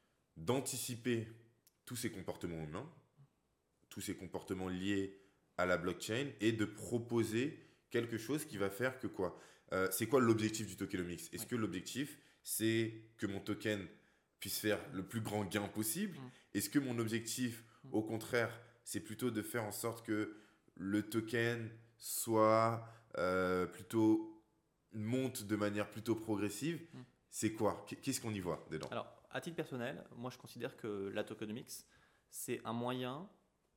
d'anticiper tous ces comportements humains, tous ces comportements liés à la blockchain, et de proposer quelque chose qui va faire que quoi? Euh, c'est quoi l'objectif du tokenomics? Est-ce Ouais. que l'objectif, c'est que mon token puisse faire le plus grand gain possible? Mm. Est-ce que mon objectif, Mm. au contraire, c'est plutôt de faire en sorte que le token soit euh, plutôt monte de manière plutôt progressive? Mm. C'est quoi? Qu'est-ce qu'on y voit dedans? Alors, à titre personnel, moi je considère que la tokenomics, c'est un moyen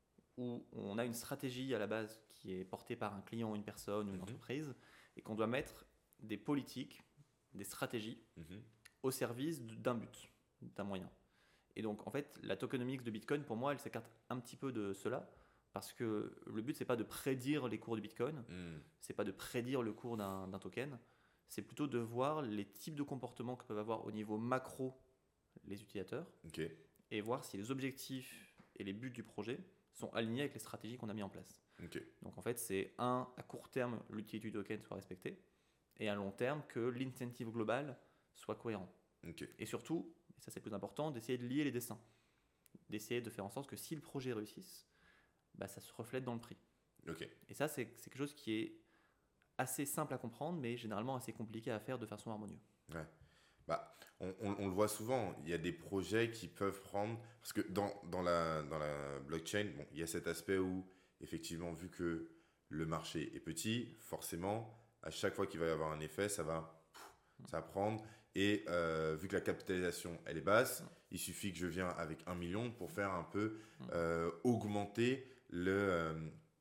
où on a une stratégie à la base qui est portée par un client ou une personne ou une Mhm. entreprise et qu'on doit mettre des politiques, des stratégies Mhm. au service d'un but, d'un moyen. Et donc, en fait, la tokenomics de Bitcoin, pour moi, elle s'écarte un petit peu de cela, parce que le but, c'est pas de prédire les cours du Bitcoin, Mm. c'est pas de prédire le cours d'un, d'un token, c'est plutôt de voir les types de comportements que peuvent avoir au niveau macro les utilisateurs, Ok. et voir si les objectifs et les buts du projet sont alignés avec les stratégies qu'on a mis en place. Ok. Donc, en fait, c'est un, à court terme, l'utilité du token soit respectée, et à long terme, que l'incentive global soit cohérent. Ok. Et surtout, et ça c'est le plus important, d'essayer de lier les destins. D'essayer de faire en sorte que si le projet réussisse, bah, ça se reflète dans le prix. Ok. Et ça, c'est, c'est quelque chose qui est assez simple à comprendre, mais généralement assez compliqué à faire de façon harmonieuse. Ouais. Bah, on, on- on le voit souvent, il y a des projets qui peuvent prendre. Parce que dans, dans la, dans la blockchain, bon, il y a cet aspect où, effectivement, vu que le marché est petit, forcément, à chaque fois qu'il va y avoir un effet, ça va, pff, ça va prendre. Et euh, vu que la capitalisation, elle est basse, il suffit que je vienne avec un million pour faire un peu euh, augmenter le, euh,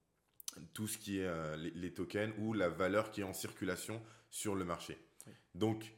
tout ce qui est euh, les, les tokens ou la valeur qui est en circulation sur le marché. Oui. Donc,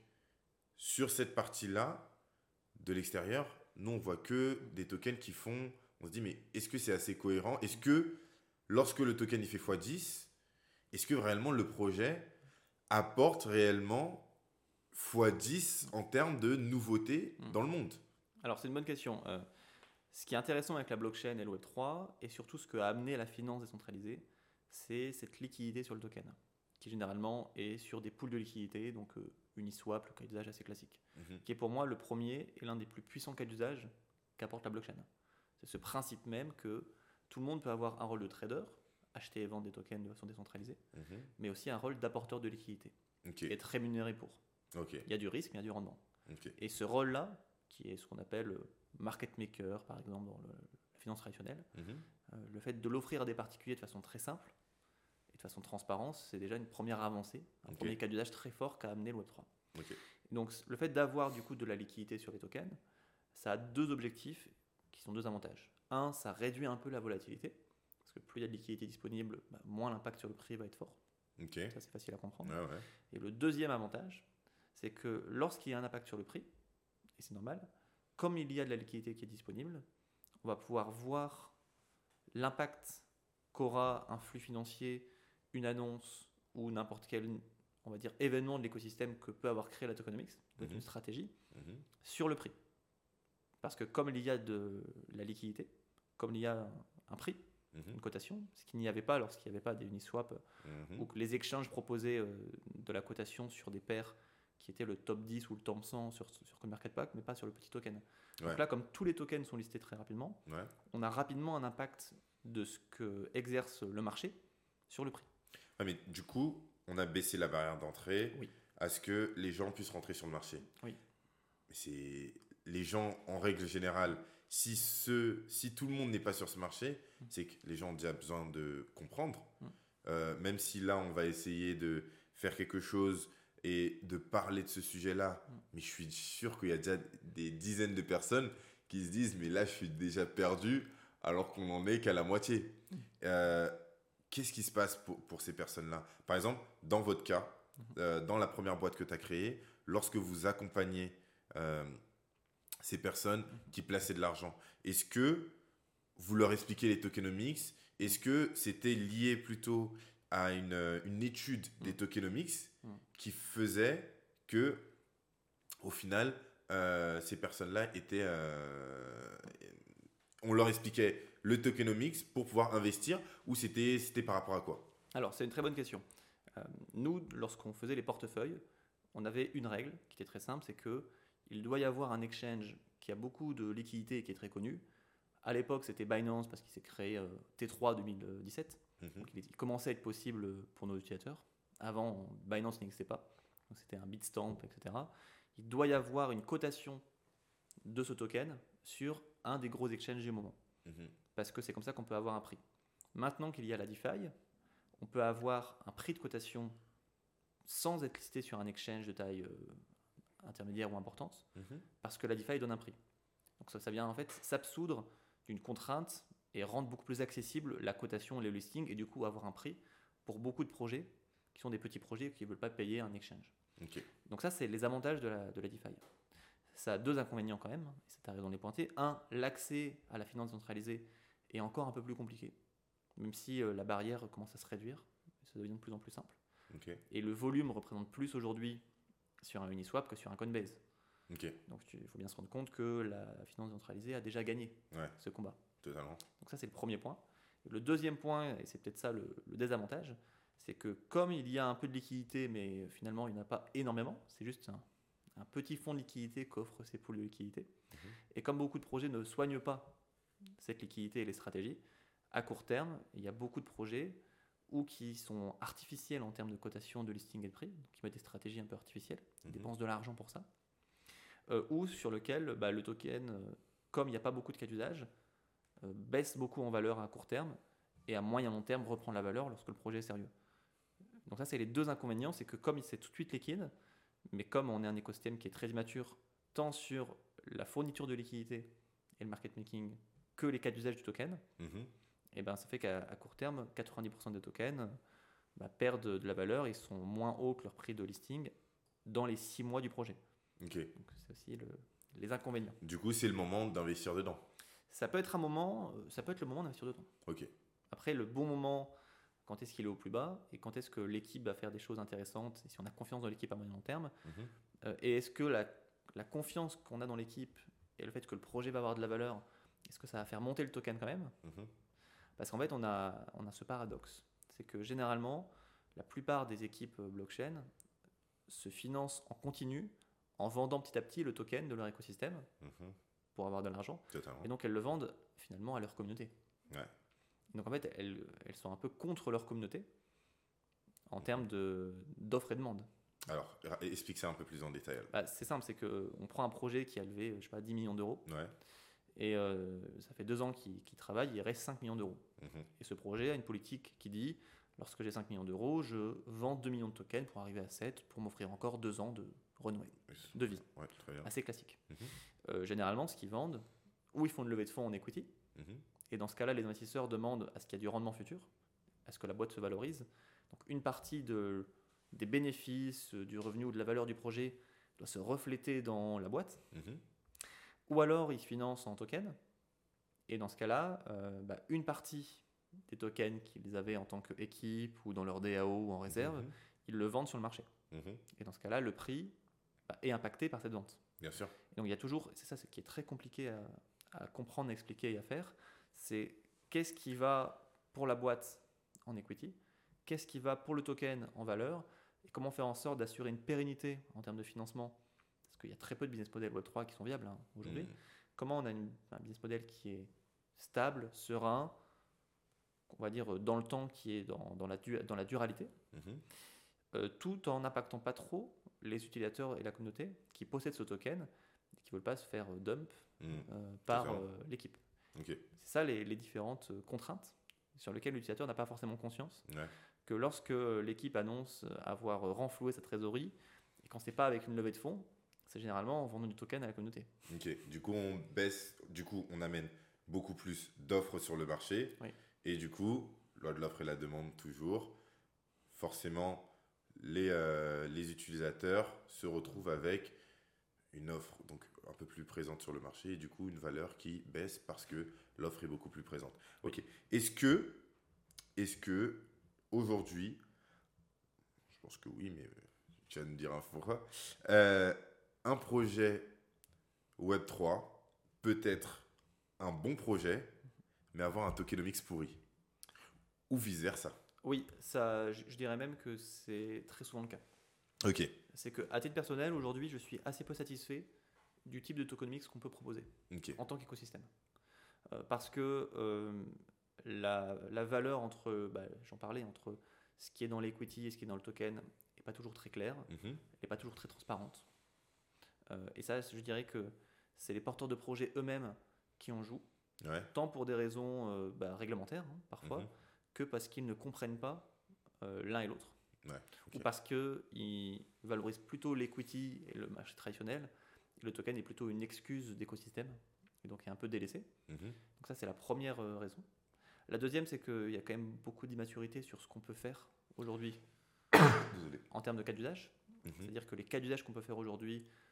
sur cette partie-là, de l'extérieur, nous, on voit que des tokens qui font... On se dit, mais est-ce que c'est assez cohérent? Est-ce que, lorsque le token il fait fois dix, est-ce que réellement le projet apporte réellement fois dix en termes de nouveautés Mm. dans le monde? Alors, c'est une bonne question. Euh, ce qui est intéressant avec la blockchain et le web trois, et surtout ce que a amené la finance décentralisée, c'est cette liquidité sur le token, qui généralement est sur des pools de liquidité, donc euh, Uniswap, le cas d'usage assez classique, Mhm. qui est pour moi le premier et l'un des plus puissants cas d'usage qu'apporte la blockchain. C'est ce principe même que tout le monde peut avoir un rôle de trader, acheter et vendre des tokens de façon décentralisée, Mhm. mais aussi un rôle d'apporteur de liquidité, Ok. et être rémunéré pour. Ok. Il y a du risque, mais il y a du rendement. Ok. Et ce rôle-là, qui est ce qu'on appelle euh, market maker, par exemple, dans le- la finance traditionnelle, Mhm. euh, le fait de l'offrir à des particuliers de façon très simple et de façon transparente, c'est déjà une première avancée, un Ok. premier cas d'usage très fort qu'a amené le web trois. Ok. Donc le fait d'avoir du coup de la liquidité sur les tokens, ça a deux objectifs qui sont deux avantages. Un, ça réduit un peu la volatilité, parce que plus il y a de liquidité disponible, bah, moins l'impact sur le prix va être fort. Ok. Ça, c'est facile à comprendre. Ouais, ouais. Et le deuxième avantage, c'est que lorsqu'il y a un impact sur le prix, et c'est normal, comme il y a de la liquidité qui est disponible, on va pouvoir voir l'impact qu'aura un flux financier, une annonce ou n'importe quel, on va dire, événement de l'écosystème que peut avoir créé la tokenomics, donc Mhm. une stratégie, Mhm. sur le prix. Parce que comme il y a de la liquidité, comme il y a un, un prix, Mhm. une cotation, ce qu'il n'y avait pas lorsqu'il n'y avait pas des Uniswap, Mhm. ou que les exchanges proposaient euh, de la cotation sur des paires qui étaient le top dix ou le top cent sur, sur CoinMarketCap, mais pas sur le petit token. Ouais. Donc là, comme tous les tokens sont listés très rapidement, Ouais. on a rapidement un impact de ce que exerce le marché sur le prix. Ouais, mais du coup, on a baissé la barrière d'entrée Oui. à ce que les gens puissent rentrer sur le marché. Oui. Mais c'est les gens, en règle générale, si, ce, si tout le monde n'est pas sur ce marché, Mm. c'est que les gens ont déjà besoin de comprendre. Mm. Euh, même si là, on va essayer de faire quelque chose et de parler de ce sujet-là, Mm. mais je suis sûr qu'il y a déjà des dizaines de personnes qui se disent, mais là, je suis déjà perdu, alors qu'on n'en est qu'à la moitié. Mm. Euh, Qu'est-ce qui se passe pour, pour ces personnes-là? Par exemple, dans votre cas, euh, dans la première boîte que tu as créée, lorsque vous accompagnez euh, ces personnes qui plaçaient de l'argent, est-ce que vous leur expliquez les tokenomics? Est-ce que c'était lié plutôt à une, une étude des tokenomics Mm. qui faisait que, au final, euh, ces personnes-là étaient... euh, on leur expliquait le tokenomics pour pouvoir investir, ou c'était c'était par rapport à quoi? Alors, c'est une très bonne question. Euh, nous, lorsqu'on faisait les portefeuilles, on avait une règle qui était très simple, c'est que il doit y avoir un exchange qui a beaucoup de liquidité et qui est très connu. À l'époque, c'était Binance parce qu'il s'est créé euh, T trois deux mille dix-sept. Mhm. Donc, il, est- il commençait à être possible pour nos utilisateurs. Avant, Binance n'existait pas. Donc, c'était un Bitstamp, et cetera. Il doit y avoir une cotation de ce token sur un des gros exchanges du moment. Mhm. Parce que c'est comme ça qu'on peut avoir un prix. Maintenant qu'il y a la DeFi, on peut avoir un prix de cotation sans être listé sur un exchange de taille euh, intermédiaire ou importante, Mhm. parce que la DeFi donne un prix. Donc ça, ça vient en fait s'absoudre d'une contrainte et rendre beaucoup plus accessible la cotation et le listing, et du coup avoir un prix pour beaucoup de projets qui sont des petits projets qui ne veulent pas payer un exchange. Ok. Donc ça, c'est les avantages de la, de la DeFi. ça a deux inconvénients quand même, et c'est à raison de les pointer. Un, l'accès à la finance décentralisée est encore un peu plus compliqué, même si euh, la barrière commence à se réduire, ça devient de plus en plus simple. Ok. Et le volume représente plus aujourd'hui sur un Uniswap que sur un Coinbase. Ok. Donc il faut bien se rendre compte que la finance décentralisée a déjà gagné Ouais. ce combat. Totalement. Donc ça c'est le premier point. Et le deuxième point, et c'est peut-être ça le, le désavantage, c'est que comme il y a un peu de liquidité, mais finalement il n'y en a pas énormément, c'est juste un, un petit fonds de liquidité qu'offrent ces pools de liquidité. Mhm. Et comme beaucoup de projets ne soignent pas cette liquidité et les stratégies, à court terme, il y a beaucoup de projets ou qui sont artificiels en termes de cotation, de listing et de prix, donc qui mettent des stratégies un peu artificielles, ils Mhm. dépensent de l'argent pour ça, euh, ou sur lequel bah, le token, euh, comme il n'y a pas beaucoup de cas d'usage, euh, baisse beaucoup en valeur à court terme et à moyen long terme reprend la valeur lorsque le projet est sérieux. Donc ça, c'est les deux inconvénients, c'est que comme c'est tout de suite liquide, mais comme on est un écosystème qui est très immature, tant sur la fourniture de liquidité et le market making que les cas d'usage du token, Mhm. et ben ça fait qu'à à court terme, quatre-vingt-dix pour cent des tokens bah, perdent de la valeur, ils sont moins hauts que leur prix de listing dans les six mois du projet. Ok. Donc c'est aussi le- les inconvénients. Du coup, c'est le moment d'investir dedans. Ça peut être un moment, euh, ça peut être le moment d'investir dedans. Ok. Après, le bon moment, quand est-ce qu'il est au plus bas et quand est-ce que l'équipe va faire des choses intéressantes et si on a confiance dans l'équipe à moyen long terme. Mhm. Euh, et est-ce que la, la confiance qu'on a dans l'équipe et le fait que le projet va avoir de la valeur, est-ce que ça va faire monter le token quand même? Mhm. Parce qu'en fait, on a, on a ce paradoxe. C'est que généralement, la plupart des équipes blockchain se financent en continu en vendant petit à petit le token de leur écosystème Mhm. pour avoir de l'argent. Totalement. Et donc, elles le vendent finalement à leur communauté. Ouais. Donc, en fait, elles, elles sont un peu contre leur communauté en termes de- d'offres et demande. Alors, ra- explique ça un peu plus en détail. alors. Bah, c'est simple, c'est qu'on prend un projet qui a levé, je sais pas, dix millions d'euros, Ouais. et euh, ça fait deux ans qu'il qu'il travaille, il reste cinq millions d'euros. Mhm. Et ce projet a une politique qui dit, lorsque j'ai cinq millions d'euros, je vends deux millions de tokens pour arriver à sept, pour m'offrir encore deux ans de renouer, de vie. Ouais, très bien. Assez classique. Mhm. Euh, généralement, ce qu'ils vendent, ou ils font une levée de fonds en equity, Mhm. et dans ce cas-là, les investisseurs demandent à ce qu'il y ait du rendement futur, à ce que la boîte se valorise. Donc une partie de, des bénéfices, du revenu ou de la valeur du projet doit se refléter dans la boîte, Mhm. ou alors ils se financent en tokens, et dans ce cas-là, euh, bah, une partie des tokens qu'ils avaient en tant qu'équipe ou dans leur D A O ou en réserve, Mhm. ils le vendent sur le marché. Mhm. Et dans ce cas-là, le prix bah, est impacté par cette vente. Bien sûr. Et donc il y a toujours, c'est ça ce qui est très compliqué à, à comprendre, à expliquer et à faire, c'est qu'est-ce qui va pour la boîte en equity, qu'est-ce qui va pour le token en valeur, et comment faire en sorte d'assurer une pérennité en termes de financement, parce qu'il y a très peu de business models web trois qui sont viables hein, aujourd'hui. Mhm. Comment on a une- un business model qui est stable, serein, on va dire dans le temps, qui est dans, dans la, du- dans la duralité, Mhm. euh, tout en n'impactant pas trop les utilisateurs et la communauté qui possèdent ce token et qui ne veulent pas se faire euh, dump Mhm. euh, par Totalement. euh, l'équipe. Ok. C'est ça les, les différentes euh, contraintes sur lesquelles l'utilisateur n'a pas forcément conscience. Ouais. Que lorsque l'équipe annonce avoir euh, renfloué sa trésorerie, et quand ce n'est pas avec une levée de fonds, c'est généralement en vendant du token à la communauté. Ok. Du coup, on baisse. Du coup, on amène beaucoup plus d'offres sur le marché. Oui. Et du coup, loi de l'offre et la demande toujours, forcément, les, euh, les utilisateurs se retrouvent avec une offre donc un peu plus présente sur le marché et du coup une valeur qui baisse parce que l'offre est beaucoup plus présente. Ok. Est-ce que, est-ce que aujourd'hui, je pense que oui, mais tu vas me dire un pourquoi, euh, un projet web trois peut être un bon projet, mais avoir un tokenomics pourri ou vice versa. Oui, ça, je, je dirais même que c'est très souvent le cas. Ok. C'est qu'à titre personnel, aujourd'hui, je suis assez peu satisfait du type de tokenomics qu'on peut proposer Ok. en tant qu'écosystème. Euh, parce que euh, la, la valeur entre, bah, j'en parlais, entre ce qui est dans l'equity et ce qui est dans le token n'est pas toujours très claire, Mhm. n'est pas toujours très transparente. Euh, et ça, je dirais que c'est les porteurs de projets eux-mêmes qui en jouent, Ouais. tant pour des raisons euh, bah, réglementaires, hein, parfois, Mhm. que parce qu'ils ne comprennent pas euh, l'un et l'autre. Ouais. Ou Ok. parce qu'ils valorisent plutôt l'equity et le marché traditionnel, et le token est plutôt une excuse d'écosystème, et donc est un peu délaissé. Mhm. Donc ça, c'est la première euh, raison. La deuxième, c'est qu'il y a quand même beaucoup d'immaturité sur ce qu'on peut faire aujourd'hui Désolé. en termes de cas d'usage. Mhm. C'est-à-dire que les cas d'usage qu'on peut faire aujourd'hui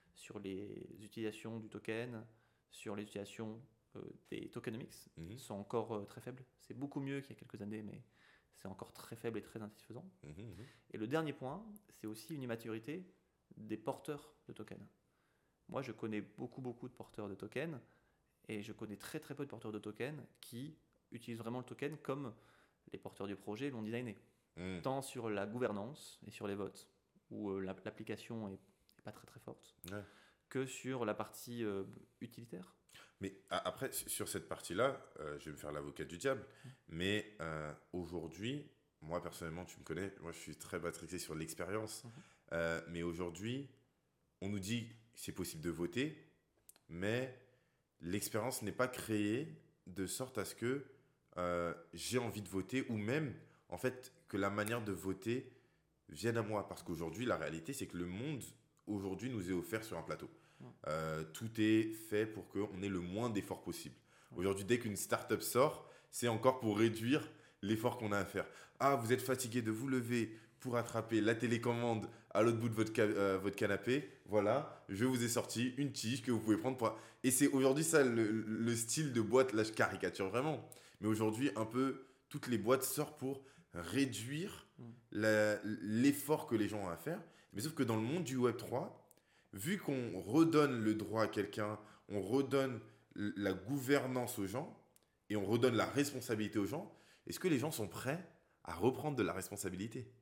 sur les utilisations du token, sur les utilisations euh, des tokenomics Mhm. sont encore euh, très faibles. C'est beaucoup mieux qu'il y a quelques années, mais c'est encore très faible et très insatisfaisant. Mhm, mhm. Et le dernier point, c'est aussi une immaturité des porteurs de tokens. Moi, je connais beaucoup, beaucoup de porteurs de tokens et je connais très, très peu de porteurs de tokens qui utilisent vraiment le token comme les porteurs du projet l'ont designé. Mhm. Tant sur la gouvernance et sur les votes, où euh, l'app- l'application est, est pas très, très forte, Ouais. que sur la partie euh, utilitaire. Mais a- après, su- sur cette partie-là, euh, je vais me faire l'avocat du diable, mais euh, aujourd'hui, moi personnellement, tu me connais, moi je suis très matrixé sur l'expérience, Mhm. Euh, mais aujourd'hui, on nous dit que c'est possible de voter, mais l'expérience n'est pas créée de sorte à ce que euh, j'ai envie de voter ou même, en fait, que la manière de voter vienne à moi. Parce qu'aujourd'hui, la réalité, c'est que le monde, aujourd'hui, nous est offert sur un plateau. Ouais. Euh, tout est fait pour qu'on ait le moins d'efforts possible. Ouais. Aujourd'hui, dès qu'une start-up sort, c'est encore pour réduire l'effort qu'on a à faire. Ah, vous êtes fatigué de vous lever pour attraper la télécommande à l'autre bout de votre, ca- euh, votre canapé. Voilà, je vous ai sorti une tige que vous pouvez prendre pour... Et c'est aujourd'hui ça le, le style de boîte, là je caricature vraiment. Mais aujourd'hui, un peu, toutes les boîtes sortent pour réduire Mm. la- l'effort que les gens ont à faire. Mais sauf que dans le monde du web trois, vu qu'on redonne le droit à quelqu'un, on redonne l- la gouvernance aux gens et on redonne la responsabilité aux gens, est-ce que les gens sont prêts à reprendre de la responsabilité?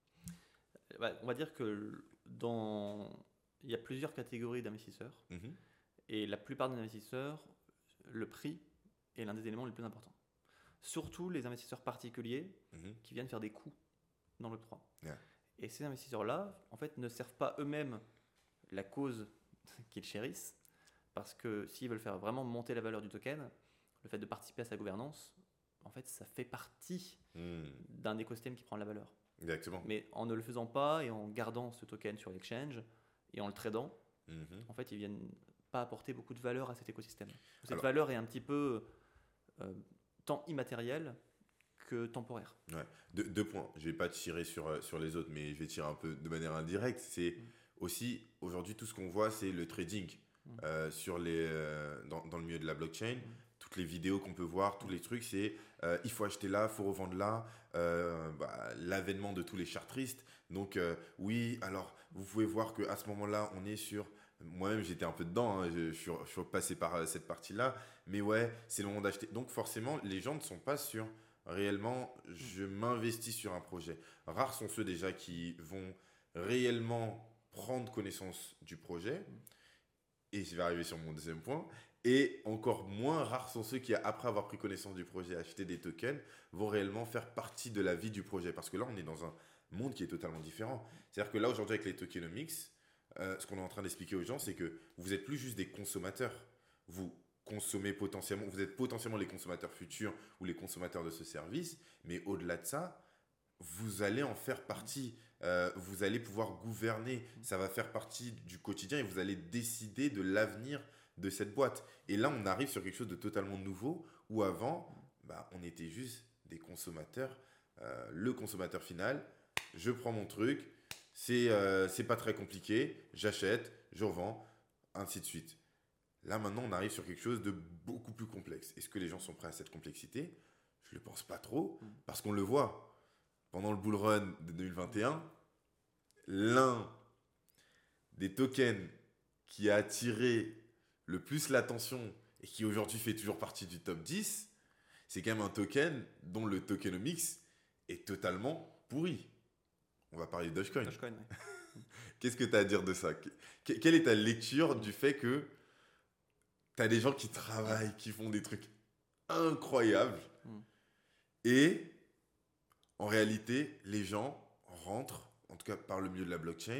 Ouais, on va dire que dans... il y a plusieurs catégories d'investisseurs. Mhm, Et la plupart des investisseurs, le prix est l'un des éléments les plus importants. Surtout les investisseurs particuliers mhm. qui viennent faire des coups dans le trois. Yeah. Et ces investisseurs-là, en fait, ne servent pas eux-mêmes la cause qu'ils chérissent, parce que s'ils veulent faire vraiment monter la valeur du token, le fait de participer à sa gouvernance, en fait, ça fait partie Hmm, d'un écosystème qui prend de la valeur. exactement. Mais en ne le faisant pas et en gardant ce token sur l'exchange et en le tradant, Mhm. en fait, ils viennent pas apporter beaucoup de valeur à cet écosystème. Cette Alors- valeur est un petit peu euh, tant immatérielle que temporaire. Ouais. Deux, deux points. Je vais pas tirer sur, euh, sur les autres, mais je vais tirer un peu de manière indirecte. C'est Mm. aussi, aujourd'hui, tout ce qu'on voit, c'est le trading Mm. euh, sur les, euh, dans, dans le milieu de la blockchain. Mm. Toutes les vidéos qu'on peut voir, tous les trucs, c'est euh, il faut acheter là, il faut revendre là. Euh, bah, l'avènement de tous les chartristes. Donc, euh, oui, alors, vous pouvez voir qu'à ce moment-là, on est sur... Moi-même, j'étais un peu dedans, hein, je, je suis, je suis passé par euh, cette partie-là. Mais ouais, c'est le moment d'acheter. Donc, forcément, les gens ne sont pas sur... Réellement, je m'investis sur un projet. Rares sont ceux déjà qui vont réellement prendre connaissance du projet. Et je vais arriver sur mon deuxième point. Et encore moins rares sont ceux qui, après avoir pris connaissance du projet, acheté des tokens, vont réellement faire partie de la vie du projet. Parce que là, on est dans un monde qui est totalement différent. C'est-à-dire que là, aujourd'hui, avec les tokenomics, euh, ce qu'on est en train d'expliquer aux gens, c'est que vous n'êtes plus juste des consommateurs. Vous consommez potentiellement, vous êtes potentiellement les consommateurs futurs ou les consommateurs de ce service, mais au-delà de ça, vous allez en faire partie, euh, vous allez pouvoir gouverner, ça va faire partie du quotidien et vous allez décider de l'avenir de cette boîte. Et là, on arrive sur quelque chose de totalement nouveau où avant, bah, on était juste des consommateurs, euh, le consommateur final, je prends mon truc, c'est euh, c'est pas très compliqué, j'achète, je revends, ainsi de suite. Là, maintenant, on arrive sur quelque chose de beaucoup plus complexe. Est-ce que les gens sont prêts à cette complexité? Je ne le pense pas trop, parce qu'on le voit. Pendant le bull run de deux mille vingt et un, l'un des tokens qui a attiré le plus l'attention et qui aujourd'hui fait toujours partie du top dix, c'est quand même un token dont le tokenomics est totalement pourri. On va parler de Dogecoin. Dogecoin, ouais. Qu'est-ce que tu as à dire de ça? Que- Quelle est ta lecture du fait que tu as des gens qui travaillent, qui font des trucs incroyables Mm. et en réalité, les gens rentrent, en tout cas par le milieu de la blockchain,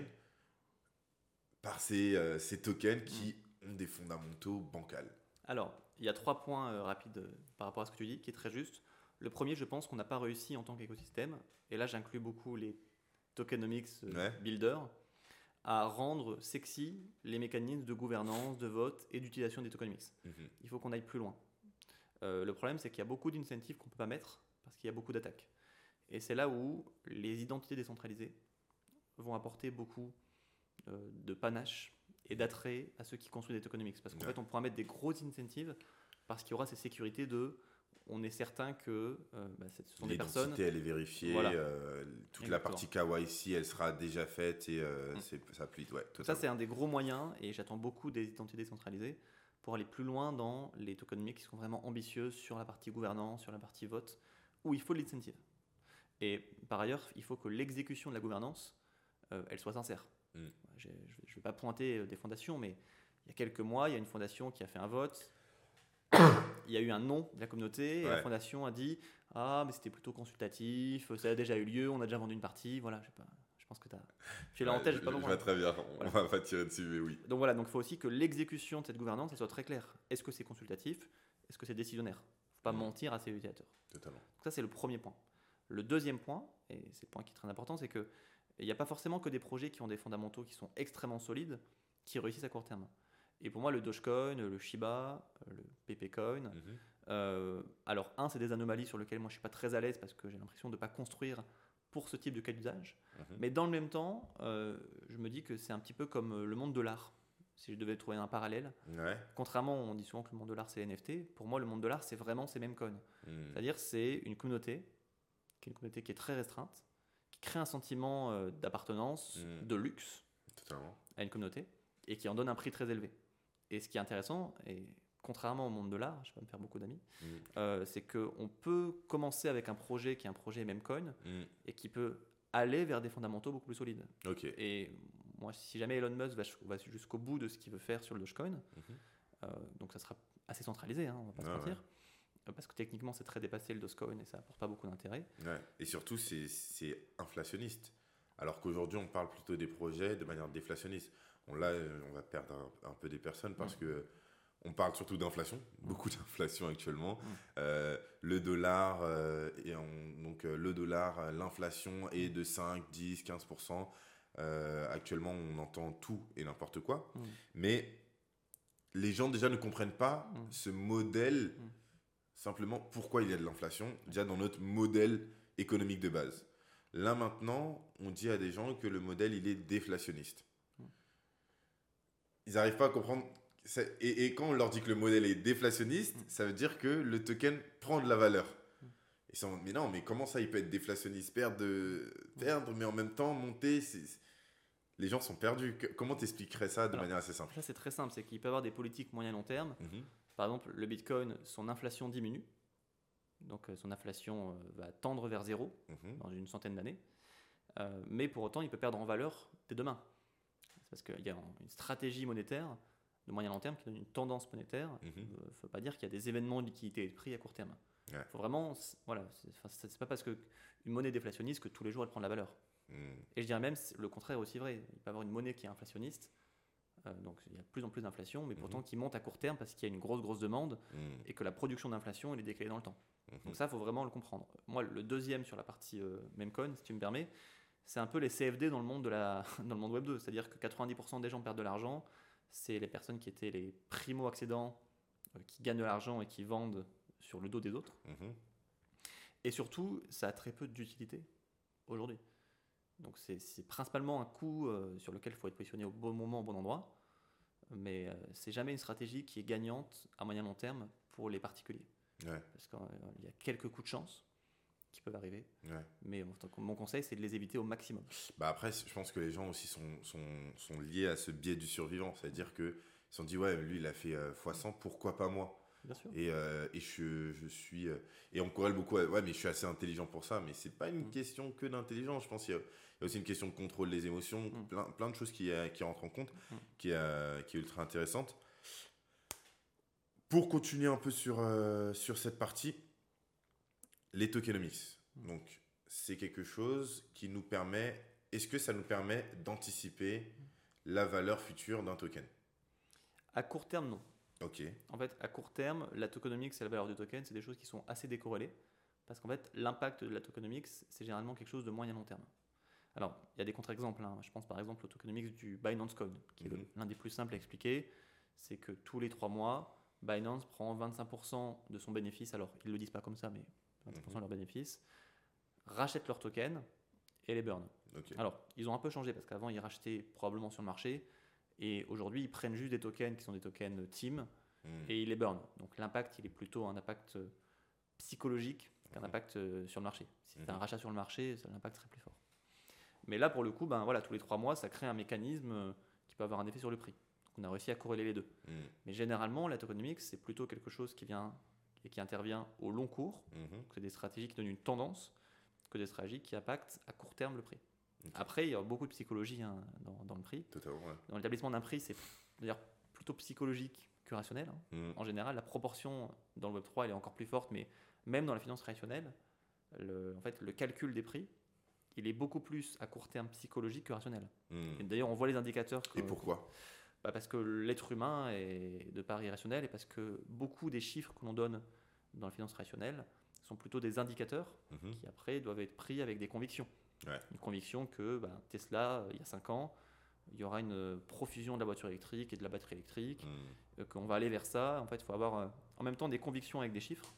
par ces, euh, ces tokens qui ont des fondamentaux bancals. Alors, il y a trois points euh, rapides euh, par rapport à ce que tu dis, qui est très juste. Le premier, je pense qu'on n'a pas réussi en tant qu'écosystème, et là j'inclus beaucoup les tokenomics euh, Ouais. builders, à rendre sexy les mécanismes de gouvernance, de vote et d'utilisation des tokenomics. Mhm. Il faut qu'on aille plus loin. Euh, le problème, c'est qu'il y a beaucoup d'incentives qu'on ne peut pas mettre, parce qu'il y a beaucoup d'attaques. Et c'est là où les identités décentralisées vont apporter beaucoup euh, de panache et d'attrait à ceux qui construisent des tokenomics. Parce qu'en Ouais. fait, on pourra mettre des grosses incentives parce qu'il y aura ces sécurités de on est certain que euh, bah, ce sont des personnes. L'identité, elle est vérifiée. Voilà. euh, toute Exactement. la partie K Y C, elle sera déjà faite et euh, Mm. c'est, ça applique. Ouais, Ça, totalement. c'est un des gros moyens, et j'attends beaucoup des identités décentralisées pour aller plus loin dans les tokenomics qui sont vraiment ambitieuses sur la partie gouvernance, sur la partie vote, où il faut de l'incentive. Et par ailleurs, il faut que l'exécution de la gouvernance, euh, elle soit sincère. Mm. J'ai- Je ne vais pas pointer euh, des fondations, mais il y a quelques mois, il y a une fondation qui a fait un vote. Il y a eu un non de la communauté, et la Ouais. fondation a dit ah, mais c'était plutôt consultatif, ça a déjà eu lieu, on a déjà vendu une partie. Voilà, je sais pas, je pense que tu as. J'ai là en Ouais, tête, je, j'ai pas je besoin. vois très bien. On Voilà. va pas tirer dessus, mais oui. Donc voilà, donc il faut aussi que l'exécution de cette gouvernance elle soit très claire. Est-ce que c'est consultatif? Est-ce que c'est décisionnaire? Il ne faut pas Mm. mentir à ses utilisateurs. Totalement. Donc ça, c'est le premier point. Le deuxième point, et c'est le point qui est très important, c'est qu'il n'y a pas forcément que des projets qui ont des fondamentaux qui sont extrêmement solides qui réussissent à court terme. Et pour moi, le Dogecoin, le Shiba, le Pepecoin, Mhm. euh, alors un, c'est des anomalies sur lesquelles moi je ne suis pas très à l'aise parce que j'ai l'impression de ne pas construire pour ce type de cas d'usage. Mhm. Mais dans le même temps, euh, je me dis que c'est un petit peu comme le monde de l'art. Si je devais trouver un parallèle, Ouais. contrairement, on dit souvent que le monde de l'art c'est N F T, pour moi le monde de l'art c'est vraiment ces mêmes coins. Mm. C'est-à-dire c'est une communauté, qui est une communauté qui est très restreinte, qui crée un sentiment euh, d'appartenance, Mm. de luxe Totalement. à une communauté, et qui en donne un prix très élevé. Et ce qui est intéressant, et contrairement au monde de l'art, je vais pas me faire beaucoup d'amis, Mm. euh, c'est qu'on peut commencer avec un projet qui est un projet Memecoin, Mm. et qui peut aller vers des fondamentaux beaucoup plus solides. Ok. Et moi, si jamais Elon Musk va, va jusqu'au bout de ce qu'il veut faire sur le Dogecoin, Mhm. euh, donc ça sera assez centralisé, hein, on va pas Ouais, se mentir, euh, parce que techniquement c'est très dépassé le Dogecoin et ça apporte pas beaucoup d'intérêt. Ouais. Et surtout, c'est, c'est inflationniste. Alors qu'aujourd'hui, on parle plutôt des projets de manière déflationniste. On, là, euh, on va perdre un, un peu des personnes parce Mm. que on parle surtout d'inflation, beaucoup d'inflation actuellement. Mm. Euh, le dollar, euh, et on- donc euh, le dollar, euh, l'inflation est de cinq, dix, quinze pour cent. Euh, actuellement, on entend tout et n'importe quoi. Mm. Mais les gens déjà ne comprennent pas Mm. ce modèle, Mm. simplement pourquoi il y a de l'inflation, déjà dans notre modèle économique de base. Là maintenant, on dit à des gens que le modèle il est déflationniste. Mm. Ils n'arrivent pas à comprendre. c'est- Et, et quand on leur dit que le modèle est déflationniste, Mm. ça veut dire que le token prend de la valeur. Mm. Ils sont mais non, mais comment ça il peut être déflationniste, perdre, de, perdre mais en même temps monter c'est- Les gens sont perdus. Que- Comment t'expliquerais ça de Alors, manière assez simple? Ça c'est très simple, c'est qu'il peut y avoir des politiques moyen long terme. Mhm. Par exemple, le Bitcoin, son inflation diminue, donc euh, son inflation euh, va tendre vers zéro Mhm. dans une centaine d'années, Euh, mais pour autant il peut perdre en valeur dès demain. C'est parce qu'il y a une stratégie monétaire de moyen long terme qui donne une tendance monétaire. Il Mhm. ne faut pas dire qu'il y a des événements de liquidité et de prix à court terme. Il Ouais. faut vraiment, c'est- voilà, c'est enfin, c'est- c'est pas parce qu'une monnaie déflationniste que tous les jours elle prend de la valeur. Mhm. Et je dirais même c'est- le contraire est aussi vrai. Il peut y avoir une monnaie qui est inflationniste, euh, donc il y a de plus en plus d'inflation, mais pourtant Mhm. qui monte à court terme parce qu'il y a une grosse grosse demande Mhm. et que la production d'inflation elle est décalée dans le temps. Mhm. Donc ça, il faut vraiment le comprendre. Moi, le deuxième sur la partie euh, Memecoin, si tu me permets, c'est un peu les C F D dans le monde, de la, dans le monde Web deux. C'est-à-dire que quatre-vingt-dix pour cent des gens perdent de l'argent. C'est les personnes qui étaient les primo-accédants, euh, qui gagnent de l'argent et qui vendent sur le dos des autres. Mhm. Et surtout, ça a très peu d'utilité aujourd'hui. Donc c'est c'est principalement un coût euh, sur lequel il faut être positionné au bon moment, au bon endroit. Mais euh, c'est jamais une stratégie qui est gagnante à moyen long terme pour les particuliers. Ouais. Parce qu'il y a quelques coups de chance qui peuvent arriver. Ouais. Mais bon, donc, mon conseil, c'est de les éviter au maximum. Bah après, je pense que les gens aussi sont, sont, sont liés à ce biais du survivant. C'est-à-dire qu'ils se sont dit, ouais, lui, il a fait euh, fois cent, pourquoi pas moi? Bien sûr. Et, euh, et je, je suis. euh, et on corrèle beaucoup à, ouais, mais je suis assez intelligent pour ça. Mais c'est pas une Mm. question que d'intelligence. Je pense qu'il y, a- il y a aussi une question de contrôle des émotions, Mm. plein, plein de choses qui, euh, qui rentrent en compte, Mm. qui, euh, qui est ultra intéressante. Pour continuer un peu sur, euh, sur cette partie, les tokenomics. Mm. Donc, c'est quelque chose qui nous permet. Est-ce que ça nous permet d'anticiper la valeur future d'un token? À court terme, non. Ok. En fait, à court terme, la tokenomics et la valeur du token, c'est des choses qui sont assez décorrélées. Parce qu'en fait, l'impact de la tokenomics, c'est généralement quelque chose de moyen long terme. Alors, il y a des contre-exemples. Hein. Je pense par exemple au tokenomics du Binance Coin, qui est le- Mhm. l'un des plus simples à expliquer. C'est que tous les trois mois, Binance prend vingt-cinq pour cent de son bénéfice. Alors, ils ne le disent pas comme ça, mais vingt-cinq pour cent de leur bénéfice, rachètent leurs tokens et les burn. Ok. Alors, ils ont un peu changé parce qu'avant, ils rachetaient probablement sur le marché Et aujourd'hui, ils prennent juste des tokens qui sont des tokens team Mm. et ils les burn. Donc l'impact, il est plutôt un impact euh, psychologique qu'un Mhm. impact euh, sur le marché. Si tu as un Mhm. rachat sur le marché, ça- l'impact serait plus fort. Mais là, pour le coup, ben, voilà, tous les trois mois, ça crée un mécanisme euh, qui peut avoir un effet sur le prix. Donc on a réussi à corréler les deux. Mm. Mais généralement, la tokenomics, c'est plutôt quelque chose qui vient et qui intervient au long cours. Mhm. Donc, c'est des stratégies qui donnent une tendance que des stratégies qui impactent à court terme le prix. Ok. Après, il y a beaucoup de psychologie hein, dans, dans le prix. Totalement, ouais. Dans l'établissement d'un prix, c'est d'ailleurs plutôt psychologique que rationnel. hein. Mm. En général, la proportion dans le web trois elle est encore plus forte, mais même dans la finance traditionnelle, le, en fait, le calcul des prix, il est beaucoup plus à court terme psychologique que rationnel. Mm. Et d'ailleurs, on voit les indicateurs. Que, Et pourquoi? bah Parce que l'être humain est de part irrationnel et parce que beaucoup des chiffres que l'on donne dans la finance traditionnelle sont plutôt des indicateurs Mhm. qui après doivent être pris avec des convictions. Ouais. Une conviction que bah, Tesla, euh, il y a cinq ans, il y aura une profusion de la voiture électrique et de la batterie électrique, Mm. euh, qu'on va aller vers ça. En fait, il faut avoir euh, en même temps des convictions avec des chiffres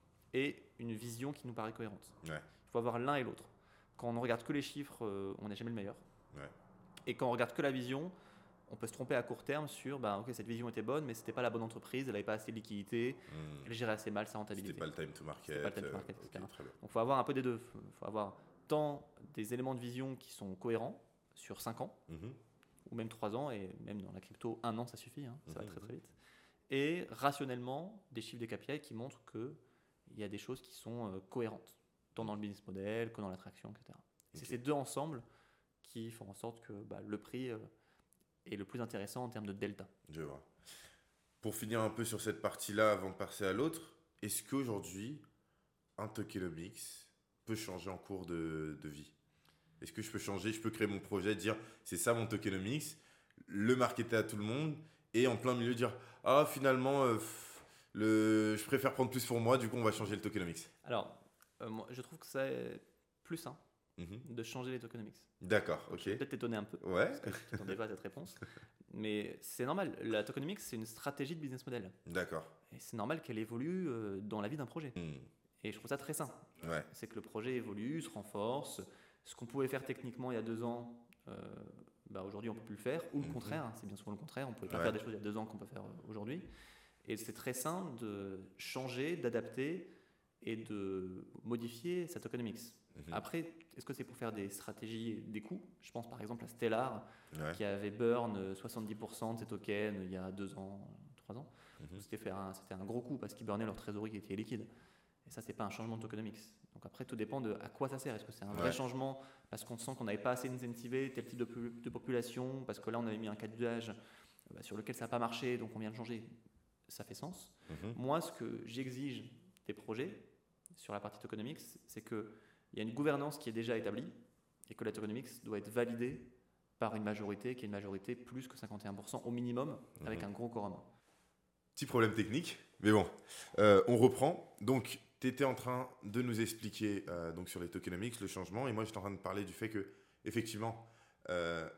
et une vision qui nous paraît cohérente. Ouais. Il faut avoir l'un et l'autre. Quand on ne regarde que les chiffres, euh, on n'est jamais le meilleur. Ouais. Et quand on regarde que la vision, on peut se tromper à court terme sur bah, ok, cette vision était bonne, mais c'était pas la bonne entreprise, elle n'avait pas assez de liquidité, Mm. elle gérait assez mal sa rentabilité. C'était pas le time to market. C'était pas le time to euh, market, ok, et cetera. très bien. Donc il faut avoir un peu des deux. Il faut avoir tant des éléments de vision qui sont cohérents sur cinq ans, Mhm. ou même trois ans, et même dans la crypto, un an ça suffit, hein, ça va Mhm, très très mhm. vite. Et rationnellement, des chiffres des K P I qui montrent qu'il y a des choses qui sont euh, cohérentes, tant dans le business model que dans l'attraction, et cetera. Et c'est Ok. ces deux ensembles qui font en sorte que bah, le prix euh, est le plus intéressant en termes de delta. Je vois. Pour finir un peu sur cette partie-là avant de passer à l'autre, est-ce qu'aujourd'hui, un tokenomics peut changer en cours de, de vie? Est-ce que je peux changer, je peux créer mon projet, dire c'est ça mon tokenomics, le marketer à tout le monde et en plein milieu dire ah finalement euh, pff, le, je préfère prendre plus pour moi, du coup on va changer le tokenomics. Alors, euh, moi, je trouve que c'est plus sain Mhm. de changer les tokenomics. D'accord, Je ok. vais peut-être t'étonner un peu, Ouais, parce que je ne t'attendais pas à cette réponse. Mais c'est normal, la tokenomics, c'est une stratégie de business model. d'accord. Et c'est normal qu'elle évolue euh, dans la vie d'un projet. Hmm. Et je trouve ça très sain. Ouais, C'est que le projet évolue, se renforce. Ce qu'on pouvait faire techniquement il y a deux ans, euh, bah aujourd'hui on ne peut plus le faire. Ou le Mhm. contraire, hein, c'est bien souvent le contraire. On ne pouvait pas Ouais. faire des choses il y a deux ans qu'on peut faire euh, aujourd'hui. Et c'est très sain de changer, d'adapter et de modifier sa tokenomics. Mhm. Après, est-ce que c'est pour faire des stratégies, des coûts? Je pense par exemple à Stellar, ouais. qui avait burn euh, soixante-dix pour cent de ses tokens il y a deux ans, trois ans. Mhm. C'était faire un, c'était un gros coup parce qu'ils burnaient leur trésorerie qui était liquide. Et ça, c'est pas un changement de tokenomics. Donc après, tout dépend de à quoi ça sert. Est-ce que c'est un vrai Ouais. changement parce qu'on sent qu'on n'avait pas assez incentivé tel type de, pu- de population, parce que là, on avait mis un cas d'usage euh, bah, sur lequel ça n'a pas marché, donc on vient de changer. Ça fait sens. Mhm. Moi, ce que j'exige des projets sur la partie tokenomics, c'est qu'il y a une gouvernance qui est déjà établie et que la tokenomics doit être validée par une majorité qui est une majorité plus que cinquante et un pour cent au minimum, avec Mhm. un gros quorum. Petit problème technique, mais bon, Euh, on reprend. Donc, tu étais en train de nous expliquer euh, donc sur les tokenomics, le changement, et moi j'étais en train de parler du fait que, effectivement, euh,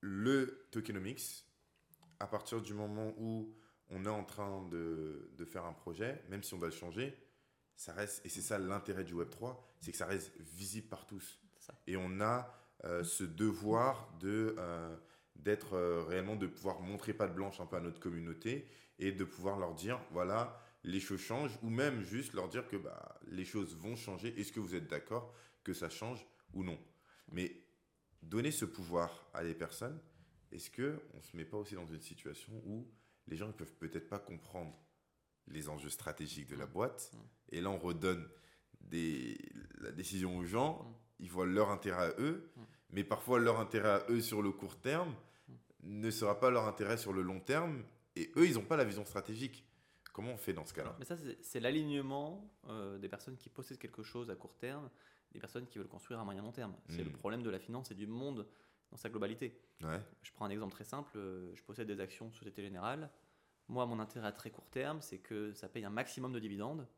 le tokenomics, à partir du moment où on est en train de, de faire un projet, même si on doit le changer, ça reste, et c'est ça l'intérêt du web trois, c'est que ça reste visible par tous. C'est ça. Et on a euh, ce devoir de, euh, d'être euh, réellement, de pouvoir montrer patte blanche un peu à notre communauté et de pouvoir leur dire, voilà, les choses changent, ou même juste leur dire que bah, les choses vont changer. Est-ce que vous êtes d'accord que ça change ou non? Mais donner ce pouvoir à des personnes, est-ce qu'on ne se met pas aussi dans une situation où les gens ne peuvent peut-être pas comprendre les enjeux stratégiques de la boîte, Mm. et là on redonne des, la décision aux gens, Mm. ils voient leur intérêt à eux, Mm. mais parfois leur intérêt à eux sur le court terme Mm. ne sera pas leur intérêt sur le long terme, et eux ils n'ont pas la vision stratégique. Comment on fait dans ce cas-là? Mais ça, c'est, c'est l'alignement euh, des personnes qui possèdent quelque chose à court terme, des personnes qui veulent construire à moyen long terme. C'est Mm. le problème de la finance et du monde dans sa globalité. Ouais. Je prends un exemple très simple, euh, je possède des actions de Société Générale. Moi, mon intérêt à très court terme, c'est que ça paye un maximum de dividendes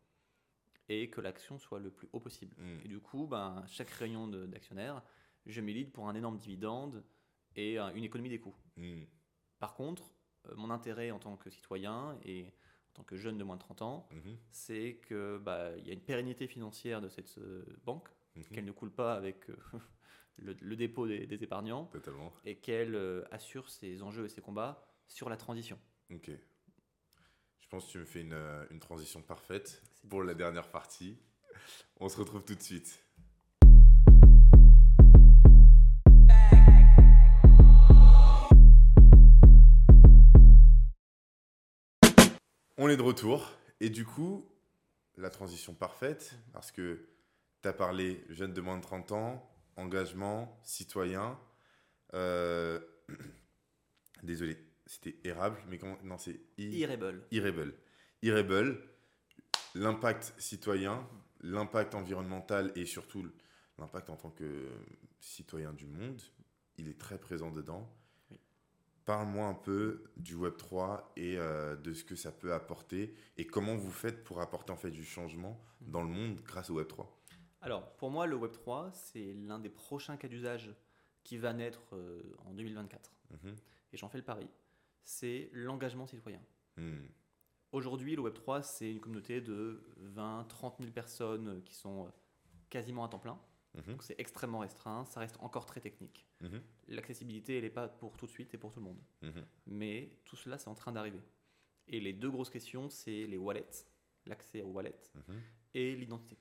et que l'action soit le plus haut possible. Mm. Et du coup, ben, chaque réunion de- d'actionnaires, je milite pour un énorme dividende et euh, une économie des coûts. Mm. Par contre, euh, mon intérêt en tant que citoyen et en tant que jeune de moins de trente ans, Mhm. c'est qu'il bah, y a une pérennité financière de cette euh, banque, Mhm. qu'elle ne coule pas avec euh, le, le dépôt des, des épargnants, Totalement. et qu'elle euh, assure ses enjeux et ses combats sur la transition. Ok. Je pense que tu me fais une, euh, une transition parfaite C'est pour la dernière partie. On se retrouve tout de suite. On est de retour. Et du coup, la transition parfaite, parce que tu as parlé jeunes de moins de trente ans, engagement, citoyen. Euh... Désolé, c'était érable, mais comment. Non, c'est I... Irable. Irable. Irable, l'impact citoyen, l'impact environnemental et surtout l'impact en tant que citoyen du monde, il est très présent dedans. Oui. Parle-moi un peu du web trois et euh, de ce que ça peut apporter et comment vous faites pour apporter en fait du changement dans le monde grâce au web trois. Alors, pour moi, le web trois, c'est l'un des prochains cas d'usage qui va naître euh, en deux mille vingt-quatre. Mm-hmm. Et j'en fais le pari. C'est l'engagement citoyen. Mm. Aujourd'hui, le web trois, c'est une communauté de vingt à trente mille personnes qui sont quasiment à temps plein. Mm-hmm. Donc c'est extrêmement restreint, ça reste encore très technique. Mm-hmm. L'accessibilité, elle n'est pas pour tout de suite et pour tout le monde. Mm-hmm. Mais tout cela, c'est en train d'arriver. Et les deux grosses questions, c'est les wallets, l'accès aux wallets, Mm-hmm. et l'identité.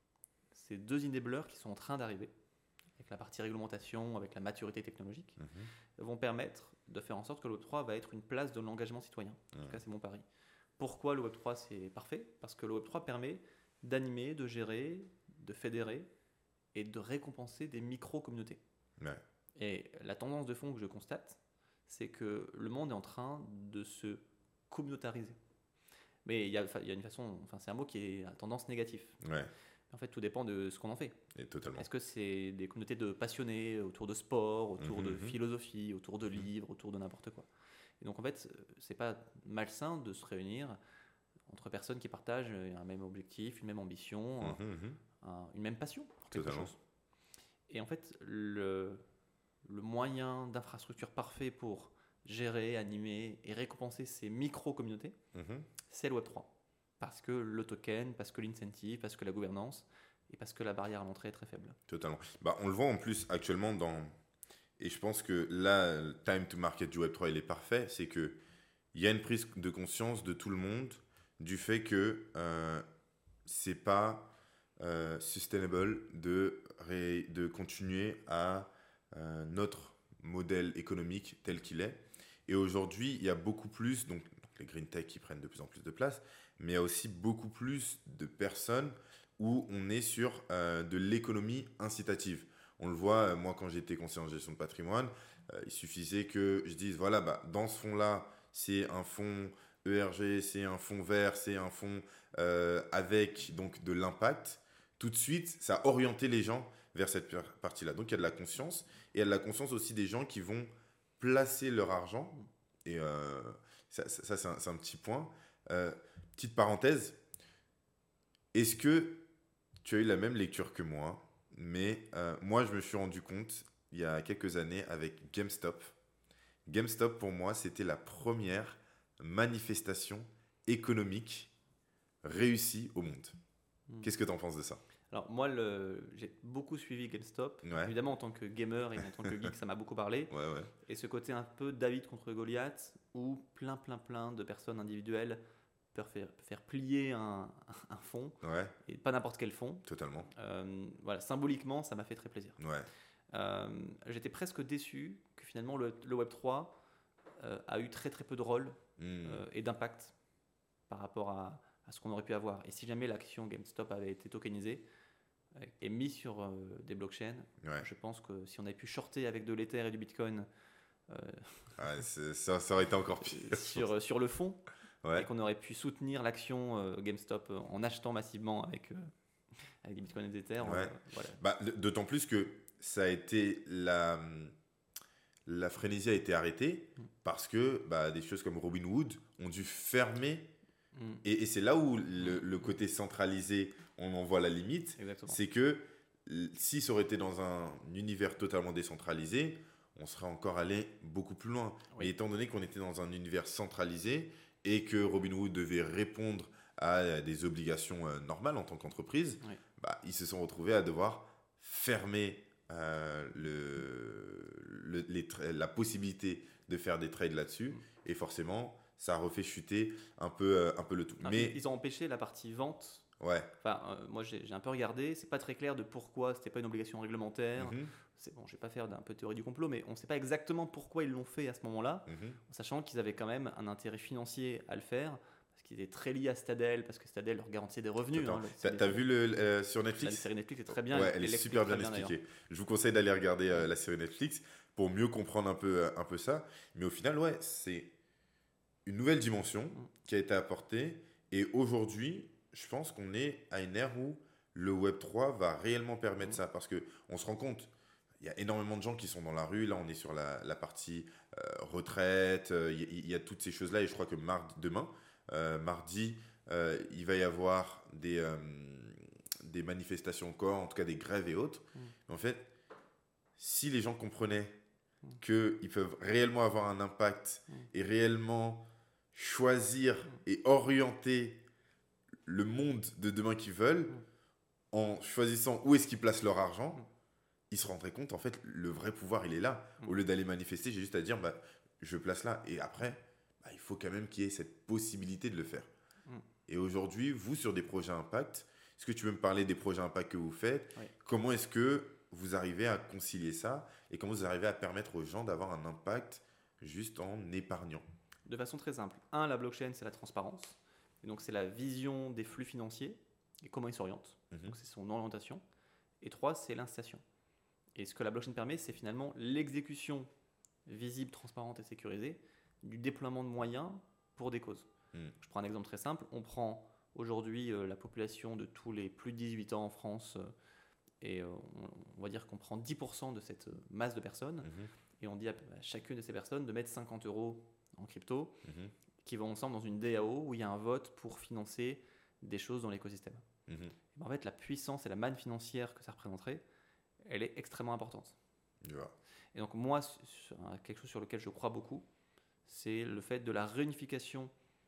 Ces deux enablers qui sont en train d'arriver, avec la partie réglementation, avec la maturité technologique, Mm-hmm. vont permettre de faire en sorte que le web trois va être une place de l'engagement citoyen. En Mm. tout cas, c'est mon pari. Pourquoi le web trois, c'est parfait ? Parce que le web trois permet d'animer, de gérer, de fédérer et de récompenser des micro-communautés. Ouais. Et la tendance de fond que je constate, c'est que le monde est en train de se communautariser. Mais il y a, il y a une façon, enfin c'est un mot qui est à tendance négative. Ouais. En fait, tout dépend de ce qu'on en fait. Et totalement. Est-ce que c'est des communautés de passionnés autour de sport, autour Mmh, de mmh. philosophie, autour de livres, autour de n'importe quoi. Et donc en fait, c'est pas malsain de se réunir entre personnes qui partagent un même objectif, une même ambition, Mm-hmm, mm-hmm. un- une même passion pour quelque Totalement. chose. Et en fait, le, le moyen d'infrastructure parfait pour gérer, animer et récompenser ces micro-communautés, Mm-hmm. c'est le web trois. Parce que le token, parce que l'incentive, parce que la gouvernance et parce que la barrière à l'entrée est très faible. Totalement. Bah, on le voit en plus actuellement dans... Et je pense que là, le time to market du web trois, il est parfait. C'est qu'il y a une prise de conscience de tout le monde du fait que euh, c'est pas euh, sustainable de, ré- de continuer à euh, notre modèle économique tel qu'il est. Et aujourd'hui, il y a beaucoup plus, donc les green tech qui prennent de plus en plus de place, mais il y a aussi beaucoup plus de personnes où on est sur euh, de l'économie incitative. On le voit, euh, moi quand j'étais conseiller en gestion de patrimoine, euh, il suffisait que je dise, voilà, bah, dans ce fonds-là, c'est un fonds E R G, c'est un fonds vert, c'est un fonds euh, avec donc, de l'impact. Tout de suite, ça a orienté les gens vers cette partie-là. Donc il y a de la conscience, et il y a de la conscience aussi des gens qui vont placer leur argent. Et euh, ça, ça, ça, c'est, un, c'est un petit point. Euh, petite parenthèse, est-ce que tu as eu la même lecture que moi ? Mais euh, moi, je me suis rendu compte il y a quelques années avec GameStop. GameStop, pour moi, c'était la première manifestation économique réussie au monde. Mm. Qu'est-ce que tu en penses de ça ? Alors moi, le, j'ai beaucoup suivi GameStop. Ouais. Évidemment, en tant que gamer et en tant que geek, ça m'a beaucoup parlé. Ouais, ouais. Et ce côté un peu David contre Goliath, où plein, plein, plein de personnes individuelles peuvent faire, faire plier un, un fonds, Ouais, et pas n'importe quel fonds. totalement. Euh, voilà, symboliquement, ça m'a fait très plaisir. Ouais. Euh, j'étais presque déçu que finalement le, le web trois euh, a eu très très peu de rôle Mmh. euh, et d'impact par rapport à, à ce qu'on aurait pu avoir. Et si jamais l'action GameStop avait été tokenisée euh, et mise sur euh, des blockchains, Ouais. je pense que si on avait pu shorter avec de l'Ether et du Bitcoin euh, Ouais, c'est- ça, ça aurait été encore pire. sur, sur le fond, Ouais. et qu'on aurait pu soutenir l'action euh, GameStop euh, en achetant massivement avec, euh, avec des Bitcoins et des Ethers. Ouais. euh, voilà. Bah, d'autant plus que ça a été la, la frénésie a été arrêtée parce que bah, des choses comme Robinhood ont dû fermer. Mm, Et, et c'est là où le, le côté centralisé, on en voit la limite. exactement. C'est que l- si ça aurait été dans un univers totalement décentralisé, on serait encore allé beaucoup plus loin. Oui. Mais étant donné qu'on était dans un univers centralisé et que Robinhood devait répondre à des obligations euh, normales en tant qu'entreprise, Oui. bah, ils se sont retrouvés à devoir fermer euh, le, le, les tra- la possibilité de faire des trades là-dessus. Mmh. Et forcément, ça refait chuter un peu, euh, un peu le tout. Non, Mais ils ont empêché la partie vente. Ouais. Enfin, euh, moi j'ai, j'ai un peu regardé, c'est pas très clair de pourquoi c'était pas une obligation réglementaire. Mm-hmm. C'est bon, je vais pas faire d'un peu théorie du complot, mais on sait pas exactement pourquoi ils l'ont fait à ce moment-là, Mm-hmm. en sachant qu'ils avaient quand même un intérêt financier à le faire, parce qu'ils étaient très liés à Stadel, parce que Stadel leur garantissait des revenus. Hein, t'as, t'as vu le, euh, sur Netflix ? La série Netflix est très bien. Ouais, elle est super bien expliquée. Je vous conseille d'aller regarder euh, la série Netflix pour mieux comprendre un peu, euh, un peu ça. Mais au final, ouais, c'est une nouvelle dimension mm. qui a été apportée. Et aujourd'hui, je pense qu'on est à une ère où le web trois va réellement permettre mmh. ça, parce qu'on se rend compte, il y a énormément de gens qui sont dans la rue. Là, on est sur la, la partie euh, retraite, il euh, y, y a toutes ces choses-là, et je crois que mardi, demain, euh, mardi, euh, il va y avoir des, euh, des manifestations encore, en tout cas des grèves et autres. Mmh. En fait, si les gens comprenaient mmh. qu'ils peuvent réellement avoir un impact mmh. et réellement choisir mmh. et orienter le monde de demain qu'ils veulent, mmh. en choisissant où est-ce qu'ils placent leur argent, mmh. ils se rendraient compte, en fait, le vrai pouvoir, il est là. Mmh. Au lieu d'aller manifester, j'ai juste à dire, bah, je place là. Et après, bah, il faut quand même qu'il y ait cette possibilité de le faire. Mmh. Et aujourd'hui, vous, sur des projets impact, est-ce que tu peux me parler des projets impact que vous faites ? Oui. Comment est-ce que vous arrivez à concilier ça ? Et comment vous arrivez à permettre aux gens d'avoir un impact juste en épargnant ? De façon très simple. Un, la blockchain, c'est la transparence. Et donc, c'est la vision des flux financiers et comment ils s'orientent. Mmh. Donc, c'est son orientation. Et trois, c'est l'incitation. Et ce que la blockchain permet, c'est finalement l'exécution visible, transparente et sécurisée du déploiement de moyens pour des causes. Mmh. Je prends un exemple très simple. On prend aujourd'hui euh, la population de tous les plus de dix-huit ans en France euh, et euh, on, on va dire qu'on prend dix pour cent de cette masse de personnes mmh. et on dit à, à chacune de ces personnes de mettre cinquante euros en crypto mmh. qui vont ensemble dans une D A O où il y a un vote pour financer des choses dans l'écosystème. Mmh. En fait, la puissance et la manne financière que ça représenterait, elle est extrêmement importante. Yeah. Et donc moi, quelque chose sur lequel je crois beaucoup, c'est le fait de la réunification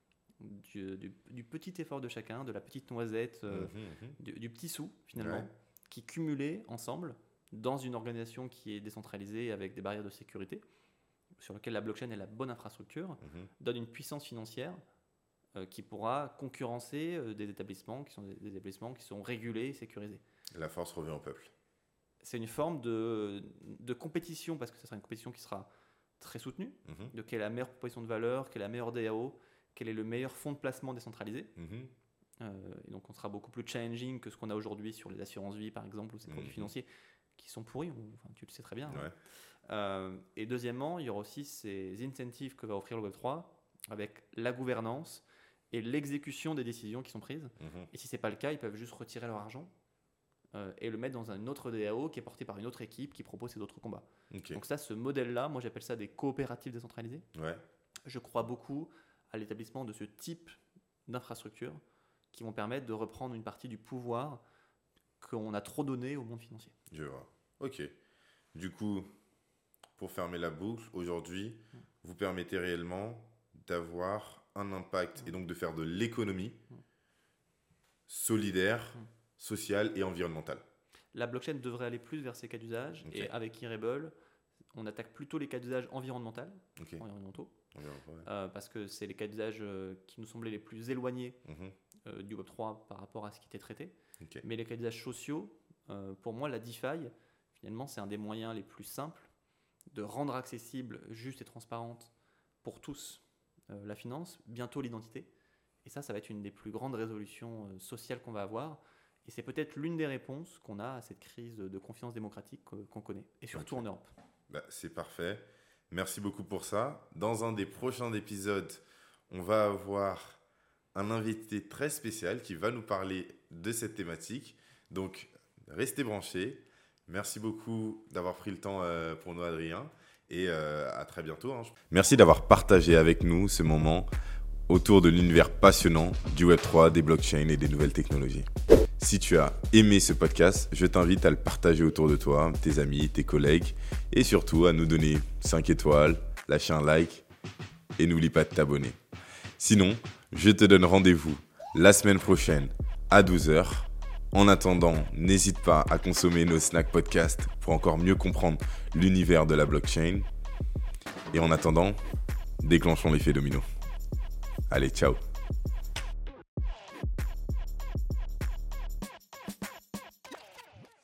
du, du, du petit effort de chacun, de la petite noisette, euh, mmh, mmh. Du, du petit sou finalement, ouais. qui cumulés ensemble dans une organisation qui est décentralisée avec des barrières de sécurité, sur lequel la blockchain est la bonne infrastructure, mmh. donne une puissance financière euh, qui pourra concurrencer euh, des établissements qui sont des, des établissements qui sont régulés et sécurisés. La force revient au peuple. C'est une forme de, de compétition, parce que ce sera une compétition qui sera très soutenue, mmh. de quelle est la meilleure proposition de valeur, quelle est la meilleure D A O, quel est le meilleur fonds de placement décentralisé. Mmh. Euh, et donc on sera beaucoup plus challenging que ce qu'on a aujourd'hui sur les assurances-vie, par exemple, ou ces mmh. produits financiers qui sont pourris, enfin, tu le sais très bien. Ouais. Hein. Euh, et deuxièmement, il y aura aussi ces incentives que va offrir le web trois avec la gouvernance et l'exécution des décisions qui sont prises. Mmh. Et si ce n'est pas le cas, ils peuvent juste retirer leur argent euh, et le mettre dans un autre D A O qui est porté par une autre équipe qui propose ces autres combats. Okay. Donc ça, ce modèle-là, moi j'appelle ça des coopératives décentralisées. Ouais. Je crois beaucoup à l'établissement de ce type d'infrastructures qui vont permettre de reprendre une partie du pouvoir qu'on a trop donné au monde financier. Je vois. Ok. Du coup, pour fermer la boucle, aujourd'hui, mmh. vous permettez réellement d'avoir un impact mmh. et donc de faire de l'économie mmh. solidaire, mmh. sociale et environnementale. La blockchain devrait aller plus vers ces cas d'usage okay. et avec eRebel, on attaque plutôt les cas d'usage environnementaux, okay. environnementaux ouais, ouais. euh, parce que c'est les cas d'usage euh, qui nous semblaient les plus éloignés mmh. euh, du web trois par rapport à ce qui était traité. Okay. Mais les cas d'usage sociaux, euh, pour moi, la DeFi, finalement, c'est un des moyens les plus simples de rendre accessible, juste et transparente pour tous euh, la finance, bientôt l'identité. Et ça, ça va être une des plus grandes résolutions euh, sociales qu'on va avoir. Et c'est peut-être l'une des réponses qu'on a à cette crise de confiance démocratique euh, qu'on connaît, et surtout okay. en Europe. Bah, c'est parfait. Merci beaucoup pour ça. Dans un des prochains épisodes, on va avoir un invité très spécial qui va nous parler de cette thématique. Donc, restez branchés. Merci beaucoup d'avoir pris le temps euh, pour nous, Adrien. Et euh, à très bientôt. Hein. Merci d'avoir partagé avec nous ce moment autour de l'univers passionnant du web trois, des blockchains et des nouvelles technologies. Si tu as aimé ce podcast, je t'invite à le partager autour de toi, tes amis, tes collègues, et surtout à nous donner cinq étoiles, lâcher un like, et n'oublie pas de t'abonner. Sinon, je te donne rendez-vous la semaine prochaine à douze heures En attendant, n'hésite pas à consommer nos snacks podcasts pour encore mieux comprendre l'univers de la blockchain. Et en attendant, déclenchons l'effet domino. Allez, ciao.